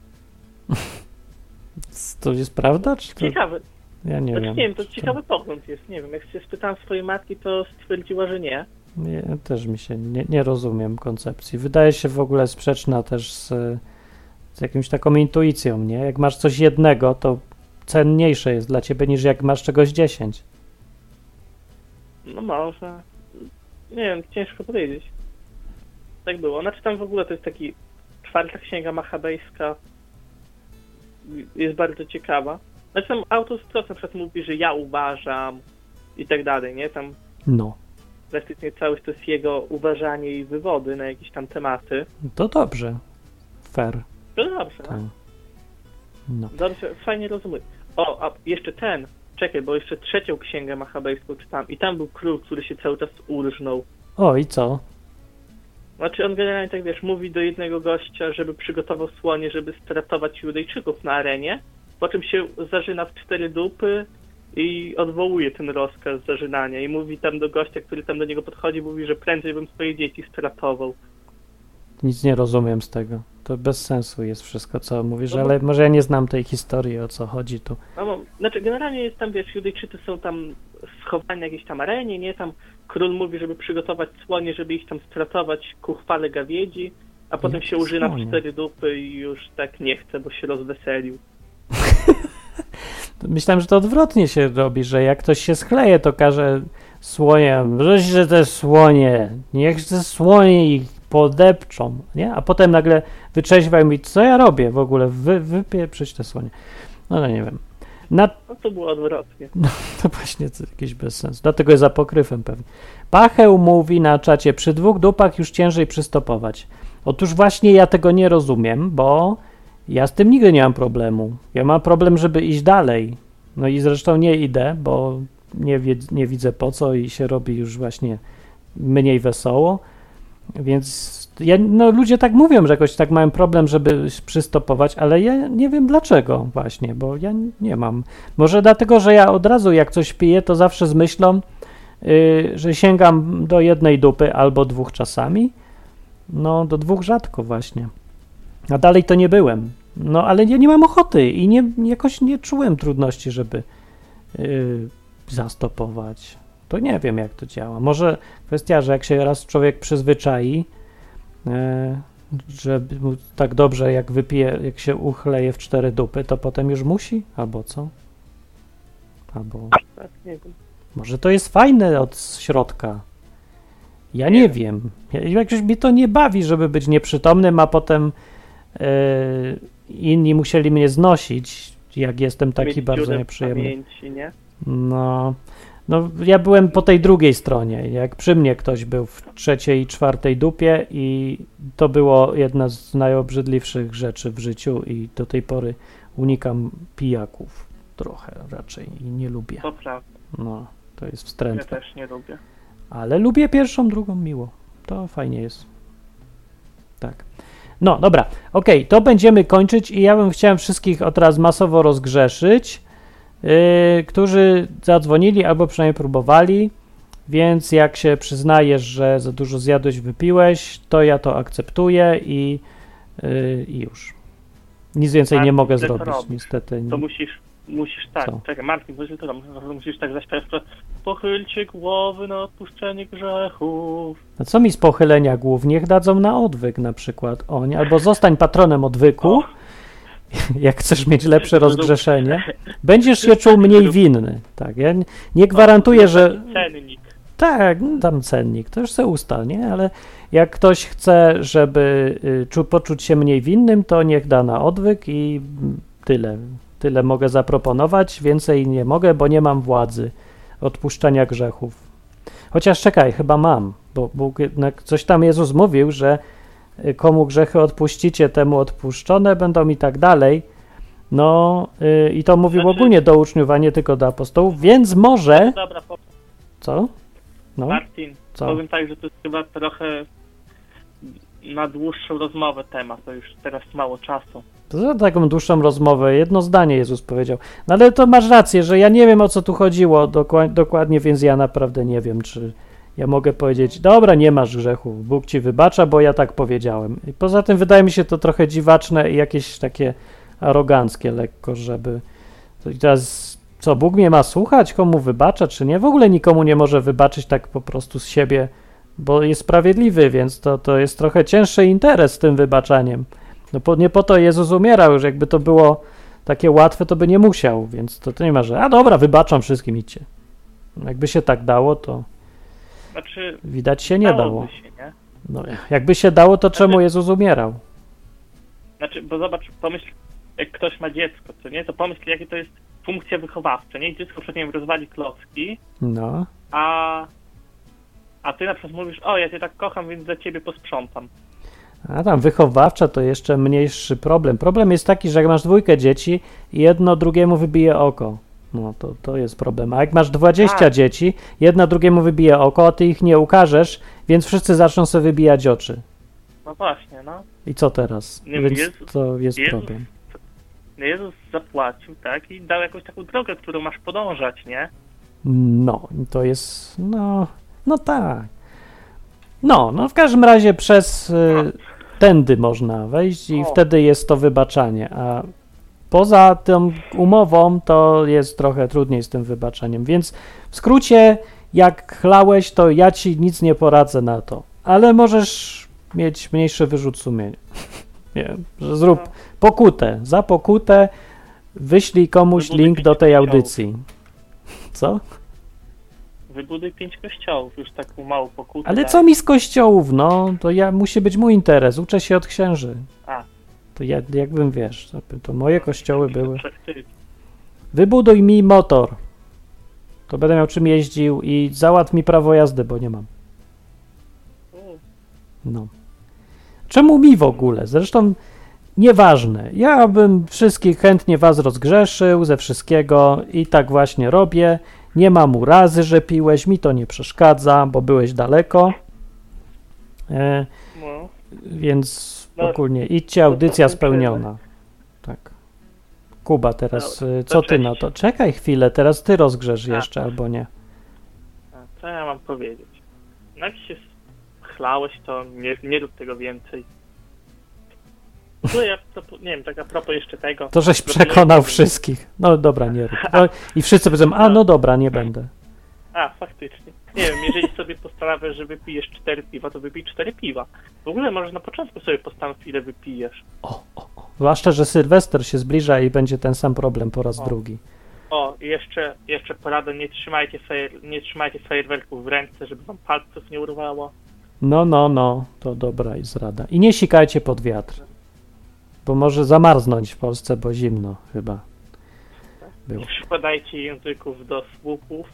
To jest prawda? Czy to... Ciekawe. Ja nie Znaczy, wiem. nie wiem, to ciekawy pogląd jest. Nie wiem, jak się spytałem swojej matki, to stwierdziła, że nie. Nie, też mi się nie rozumiem koncepcji. Wydaje się w ogóle sprzeczna też z jakąś taką intuicją, nie? Jak masz coś jednego, to cenniejsze jest dla ciebie niż jak masz czegoś 10. No może. Nie wiem, ciężko powiedzieć. Tak było. Znaczy tam w ogóle to jest taki 4. księga machabejska. Jest bardzo ciekawa. Znaczy tam autor wprost na przykład mówi, że ja uważam i tak dalej, nie? Tam No. praktycznie całość to jest jego uważanie i wywody na jakieś tam tematy. To dobrze. Fair. No dobrze, Tak. no. No. Dobrze, fajnie rozumiem. O, a jeszcze czekaj, bo jeszcze 3. księgę machabejską czytałem i tam był król, który się cały czas urżnął. O, i co? Znaczy on generalnie tak, wiesz, mówi do jednego gościa, żeby przygotował słonie, żeby stratować Judejczyków na arenie, po czym się zarzyna w 4 dupy i odwołuje ten rozkaz zarzynania i mówi tam do gościa, który tam do niego podchodzi, mówi, że prędzej bym swoje dzieci stratował. Nic nie rozumiem z tego. To bez sensu jest wszystko, co mówisz, No bo- ale może ja nie znam tej historii, o co chodzi tu. No, znaczy generalnie jest tam, wiesz, Judejczycy są tam schowani na jakiejś tam arenie, nie? Tam król mówi, żeby przygotować słonie, żeby ich tam stratować ku chwale gawiedzi, a potem Jakie się użyna w słonie? 4 dupy i już tak nie chce, bo się rozweselił. Myślałem, że to odwrotnie się robi, że jak ktoś się schleje, to każe słoniom, że te słonie, niech te słonie ich podepczą, nie? A potem nagle wyczeźwa i mówi, co ja robię w ogóle, wypieprzyć te słonie. No nie wiem. No to było odwrotnie. No to właśnie to jakiś bezsens. Dlatego jest apokryfem pewnie. Pacheł mówi na czacie, przy 2 dupach już ciężej przystopować. Otóż właśnie ja tego nie rozumiem, bo ja z tym nigdy nie mam problemu. Ja mam problem, żeby iść dalej. No i zresztą nie idę, bo nie widzę po co i się robi już właśnie mniej wesoło. Więc ludzie tak mówią, że jakoś tak mają problem, żeby przystopować, ale ja nie wiem dlaczego właśnie, bo ja nie mam. Może dlatego, że ja od razu jak coś piję, to zawsze z myślą, że sięgam do 1 dupy albo 2 czasami. No do 2 rzadko właśnie. A dalej to nie byłem. No ale ja nie mam ochoty i jakoś nie czułem trudności, żeby zastopować. To nie wiem, jak to działa. Może kwestia, że jak się raz człowiek przyzwyczai, że tak dobrze jak wypije, jak się uchleje w 4 dupy, to potem już musi? Albo co? Albo... Tak, nie wiem. Może to jest fajne od środka. Ja nie wiem. Jakoś mi to nie bawi, żeby być nieprzytomnym, a potem inni musieli mnie znosić, jak jestem taki Mieć bardzo dziurę w nieprzyjemny. pamięci, nie? No, ja byłem po tej drugiej stronie, jak przy mnie ktoś był w 3. i 4. dupie i to było jedna z najobrzydliwszych rzeczy w życiu i do tej pory unikam pijaków trochę raczej i nie lubię. To prawda. No, to jest Ja wstrętne. też nie lubię. Ale lubię 1., 2. miło. To fajnie jest. Tak. No, dobra. Okej, to będziemy kończyć i ja bym chciał wszystkich teraz masowo rozgrzeszyć, którzy zadzwonili albo przynajmniej próbowali, więc jak się przyznajesz, że za dużo zjadłeś, wypiłeś, to ja to akceptuję i już. Nic więcej nie Martin, mogę źle to zrobić, robisz. niestety. To musisz tak, Co? czekaj, Martin, musisz tak zaśpiewać, pochylcie głowy na odpuszczenie grzechów. A co mi z pochylenia głów? Niech dadzą na odwyk na przykład. Albo zostań patronem odwyku, jak chcesz mieć lepsze rozgrzeszenie. Będziesz się czuł mniej winny. Tak, ja nie gwarantuję, że... Cennik. Tak, dam cennik, to już se ustal, nie? Ale jak ktoś chce, żeby poczuć się mniej winnym, to niech da na odwyk i tyle. Tyle mogę zaproponować, więcej nie mogę, bo nie mam władzy odpuszczania grzechów. Chociaż czekaj, chyba mam, bo Bóg jednak coś tam Jezus mówił, że komu grzechy odpuścicie, temu odpuszczone będą i tak dalej. No i to mówił ogólnie do uczniów, a nie tylko do apostołów, więc może... Dobra, Co? No, Martin, co? powiem tak, że to jest chyba trochę na dłuższą rozmowę temat, to już teraz mało czasu. To za taką dłuższą rozmowę, 1 zdanie Jezus powiedział. No ale to masz rację, że ja nie wiem, o co tu chodziło dokładnie, więc ja naprawdę nie wiem, czy ja mogę powiedzieć, dobra, nie masz grzechów, Bóg ci wybacza, bo ja tak powiedziałem. I poza tym wydaje mi się to trochę dziwaczne i jakieś takie aroganckie lekko, żeby... To i teraz, co, Bóg mnie ma słuchać, komu wybacza, czy nie? W ogóle nikomu nie może wybaczyć tak po prostu z siebie, bo jest sprawiedliwy, więc to jest trochę cięższy interes z tym wybaczaniem. No nie po to Jezus umierał, już jakby to było takie łatwe, to by nie musiał, więc to nie ma, że dobra, wybaczam wszystkim, idźcie. Jakby się tak dało, to Znaczy, widać się nie dało. Się, nie? No, jakby się dało, to czemu Jezus umierał? Znaczy, bo zobacz, pomyśl, jak ktoś ma dziecko, co nie, to pomyśl, jakie to jest funkcja wychowawcza, nie? Dziecko przed nim rozwali klocki, No. a ty na przykład mówisz, ja cię tak kocham, więc za ciebie posprzątam. A tam wychowawcza to jeszcze mniejszy problem. Problem jest taki, że jak masz 2 dzieci i jedno drugiemu wybije oko, no to jest problem. A jak masz 20 dzieci, jedna drugiemu wybije oko, a ty ich nie ukażesz, więc wszyscy zaczną sobie wybijać oczy. No właśnie, no. I co teraz? Nie, Więc Jezus- to jest Jezus- problem. Jezus zapłacił, tak, i dał jakąś taką drogę, którą masz podążać, nie? No, to jest, no tak. No w każdym razie przez tędy można wejść i wtedy jest to wybaczanie, a poza tą umową to jest trochę trudniej z tym wybaczaniem, więc w skrócie, jak chlałeś, to ja ci nic nie poradzę na to, ale możesz mieć mniejszy wyrzut sumienia. Nie wiem, że zrób pokutę, za pokutę wyślij komuś Wybuduj link 5 do tej kościołów. audycji. Co? Wybuduj 5 kościołów, już taką małą pokutę. Ale daj. co mi z kościołów, no? To musi być mój interes, uczę się od księży. A. To jakbym, wiesz, to moje kościoły były. Ty. Wybuduj mi motor. To będę miał czym jeździł i załatw mi prawo jazdy, bo nie mam. No. Czemu mi w ogóle? Zresztą nieważne. Ja bym wszystkich chętnie was rozgrzeszył ze wszystkiego i tak właśnie robię. Nie mam urazy, że piłeś, mi to nie przeszkadza, bo byłeś daleko. No. Więc No, ogólnie idźcie, audycja to spełniona. Tak. Kuba, teraz Dobra, co to ty na cześć. to? Czekaj chwilę, teraz ty rozgrzesz A. jeszcze albo nie. A co ja mam powiedzieć? No jak się chlałeś, to nie rób tego więcej. No ja, nie wiem, tak a propos jeszcze tego. To żeś proponuję- przekonał wszystkich. No dobra, nie rób. No, i wszyscy powiedzą, no dobra, nie będę. A, faktycznie. Nie wiem, jeżeli sobie postanawiasz, że wypijesz 4 piwa, to wypij 4 piwa. W ogóle może na początku sobie postanów, ile wypijesz. O. Zwłaszcza, że Sylwester się zbliża i będzie ten sam problem po raz drugi. O, i jeszcze porada, nie trzymajcie fajerwerków w ręce, żeby wam palców nie urwało. No, to dobra jest rada. I nie sikajcie pod wiatr, bo może zamarznąć w Polsce, bo zimno chyba było. Nie przykładajcie języków do słupów,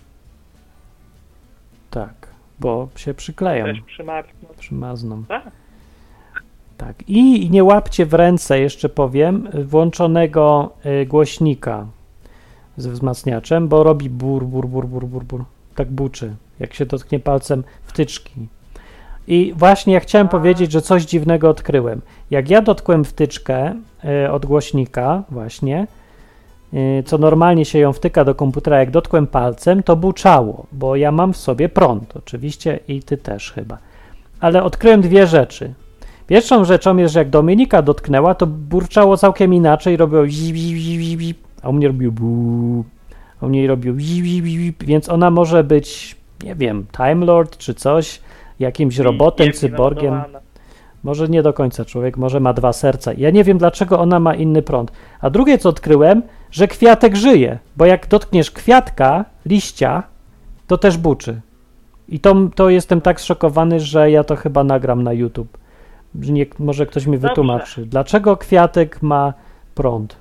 Tak, bo się przykleją, też przymarzną. przymazną. Tak? Tak. I nie łapcie w ręce, jeszcze powiem, włączonego głośnika ze wzmacniaczem, bo robi bur. Tak buczy, jak się dotknie palcem wtyczki. I właśnie ja chciałem powiedzieć, że coś dziwnego odkryłem. Jak ja dotkłem wtyczkę od głośnika właśnie, co normalnie się ją wtyka do komputera, jak dotkłem palcem, to buczało, bo ja mam w sobie prąd oczywiście i ty też chyba. Ale odkryłem dwie rzeczy. Pierwszą rzeczą jest, że jak Dominika dotknęła, to burczało całkiem inaczej, robiło zip, zip, zip, zip, zip, a u mnie robił bu, a u niej robił zip, zip, zip, więc ona może być, nie wiem, Time Lord czy coś, jakimś robotem, Jemnie cyborgiem. naładowana. Może nie do końca człowiek, może ma dwa serca. Ja nie wiem, dlaczego ona ma inny prąd. A drugie, co odkryłem, że kwiatek żyje, bo jak dotkniesz kwiatka, liścia, to też buczy. I to jestem tak zszokowany, że ja to chyba nagram na YouTube. Może ktoś mi wytłumaczy. Dlaczego kwiatek ma prąd?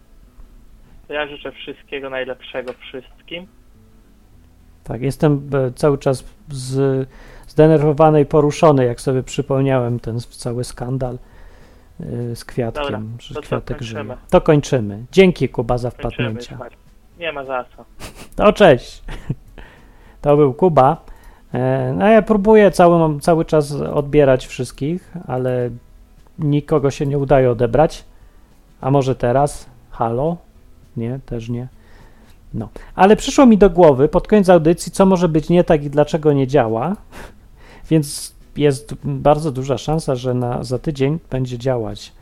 To ja życzę wszystkiego najlepszego wszystkim. Tak, jestem cały czas zdenerwowany i poruszony, jak sobie przypomniałem ten cały skandal z kwiatkiem, Dobra, że to co, kwiatek kończymy? żyje. To kończymy. Dzięki, Kuba, za Kończymy, wpadnięcia. słuchaj. Nie ma za co. To cześć. To był Kuba. No ja próbuję cały czas odbierać wszystkich, ale nikogo się nie udaje odebrać. A może teraz? Halo? Nie, też nie. No, ale przyszło mi do głowy pod koniec audycji, co może być nie tak i dlaczego nie działa, więc jest bardzo duża szansa, że za tydzień będzie działać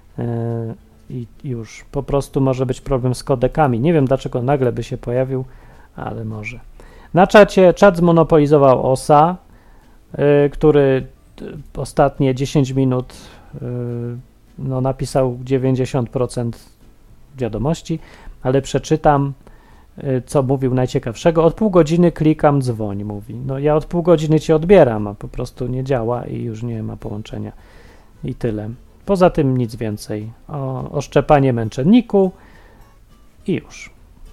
i już. Po prostu może być problem z kodekami. Nie wiem, dlaczego nagle by się pojawił, ale może. Na czacie czat zmonopolizował Osa, który ostatnie 10 minut napisał 90% wiadomości, ale przeczytam, co mówił najciekawszego. Od pół godziny klikam, dzwoń, mówi. No ja od pół godziny cię odbieram, a po prostu nie działa i już nie ma połączenia. I tyle. Poza tym nic więcej. Oszczepanie męczenniku i już.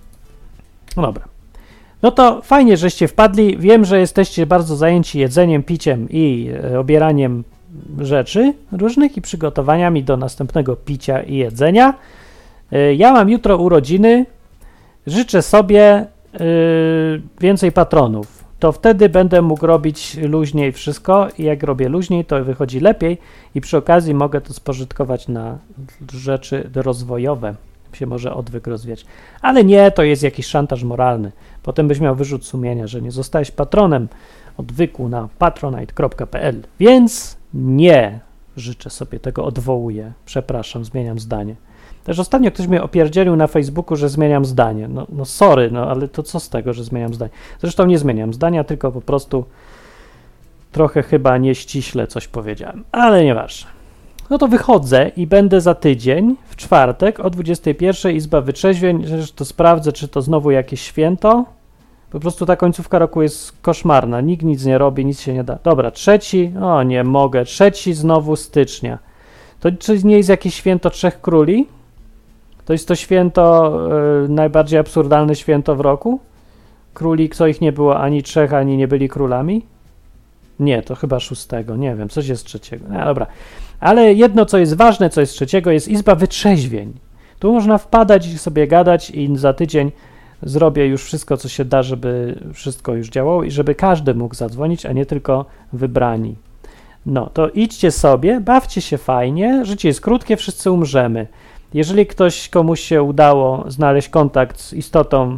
No dobra. No to fajnie, żeście wpadli. Wiem, że jesteście bardzo zajęci jedzeniem, piciem i obieraniem rzeczy różnych i przygotowaniami do następnego picia i jedzenia. Ja mam jutro urodziny. Życzę sobie więcej patronów. To wtedy będę mógł robić luźniej wszystko i jak robię luźniej, to wychodzi lepiej i przy okazji mogę to spożytkować na rzeczy rozwojowe. Się może odwyk rozwijać. Ale nie, to jest jakiś szantaż moralny. Potem byś miał wyrzut sumienia, że nie zostałeś patronem odwyku na patronite.pl. Więc nie życzę sobie tego, odwołuję. Przepraszam, zmieniam zdanie. Też ostatnio ktoś mnie opierdzielił na Facebooku, że zmieniam zdanie. No sorry, ale to co z tego, że zmieniam zdanie? Zresztą nie zmieniam zdania, tylko po prostu trochę chyba nieściśle coś powiedziałem. Ale nieważne. no to wychodzę i będę za tydzień, w czwartek, o 21:00 Izba Wytrzeźwień, że to sprawdzę, czy to znowu jakieś święto. Po prostu ta końcówka roku jest koszmarna, nikt nic nie robi, nic się nie da. Dobra, 3, o nie mogę, 3 znowu stycznia. To czy nie jest jakieś święto Trzech Króli? To jest to święto, najbardziej absurdalne święto w roku? Króli, co ich nie było ani trzech, ani nie byli królami? Nie, to chyba 6, nie wiem, coś jest 3. No dobra, ale jedno, co jest ważne, co jest 3, jest Izba Wytrzeźwień. Tu można wpadać i sobie gadać i za tydzień zrobię już wszystko, co się da, żeby wszystko już działało i żeby każdy mógł zadzwonić, a nie tylko wybrani. No, to idźcie sobie, bawcie się fajnie, życie jest krótkie, wszyscy umrzemy. Jeżeli komuś się udało znaleźć kontakt z istotą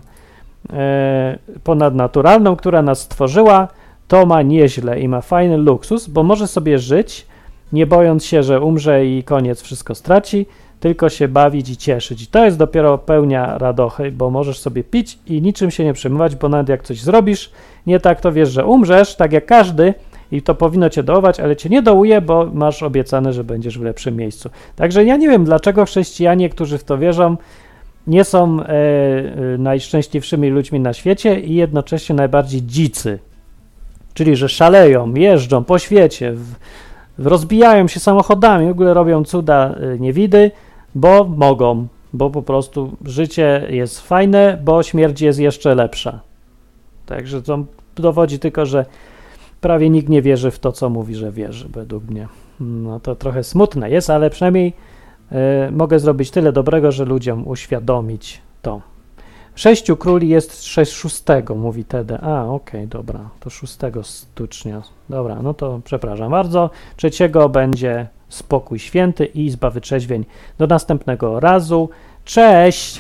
ponadnaturalną, która nas stworzyła, to ma nieźle i ma fajny luksus, bo może sobie żyć, nie bojąc się, że umrze i koniec, wszystko straci, tylko się bawić i cieszyć. I to jest dopiero pełnia radochy, bo możesz sobie pić i niczym się nie przejmować, bo nawet jak coś zrobisz nie tak, to wiesz, że umrzesz, tak jak każdy, i to powinno cię dołować, ale cię nie dołuje, bo masz obiecane, że będziesz w lepszym miejscu. Także ja nie wiem, dlaczego chrześcijanie, którzy w to wierzą, nie są najszczęśliwszymi ludźmi na świecie i jednocześnie najbardziej dzicy. Czyli, że szaleją, jeżdżą po świecie, rozbijają się samochodami, w ogóle robią cuda niewidy, bo mogą, bo po prostu życie jest fajne, bo śmierć jest jeszcze lepsza. Także to dowodzi tylko, że prawie nikt nie wierzy w to, co mówi, że wierzy, według mnie. No to trochę smutne jest, ale przynajmniej mogę zrobić tyle dobrego, że ludziom uświadomić to. 6 króli jest 6, mówi Tede. Okej, dobra, to 6 stycznia. Dobra, no to przepraszam bardzo. 3 będzie spokój święty i Izba Wytrzeźwień. Do następnego razu. Cześć!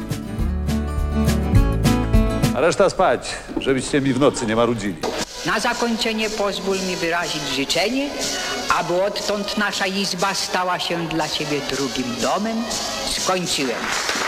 A reszta spać, żebyście mi w nocy nie marudzili. Na zakończenie pozwól mi wyrazić życzenie, aby odtąd nasza izba stała się dla Ciebie drugim domem. Skończyłem.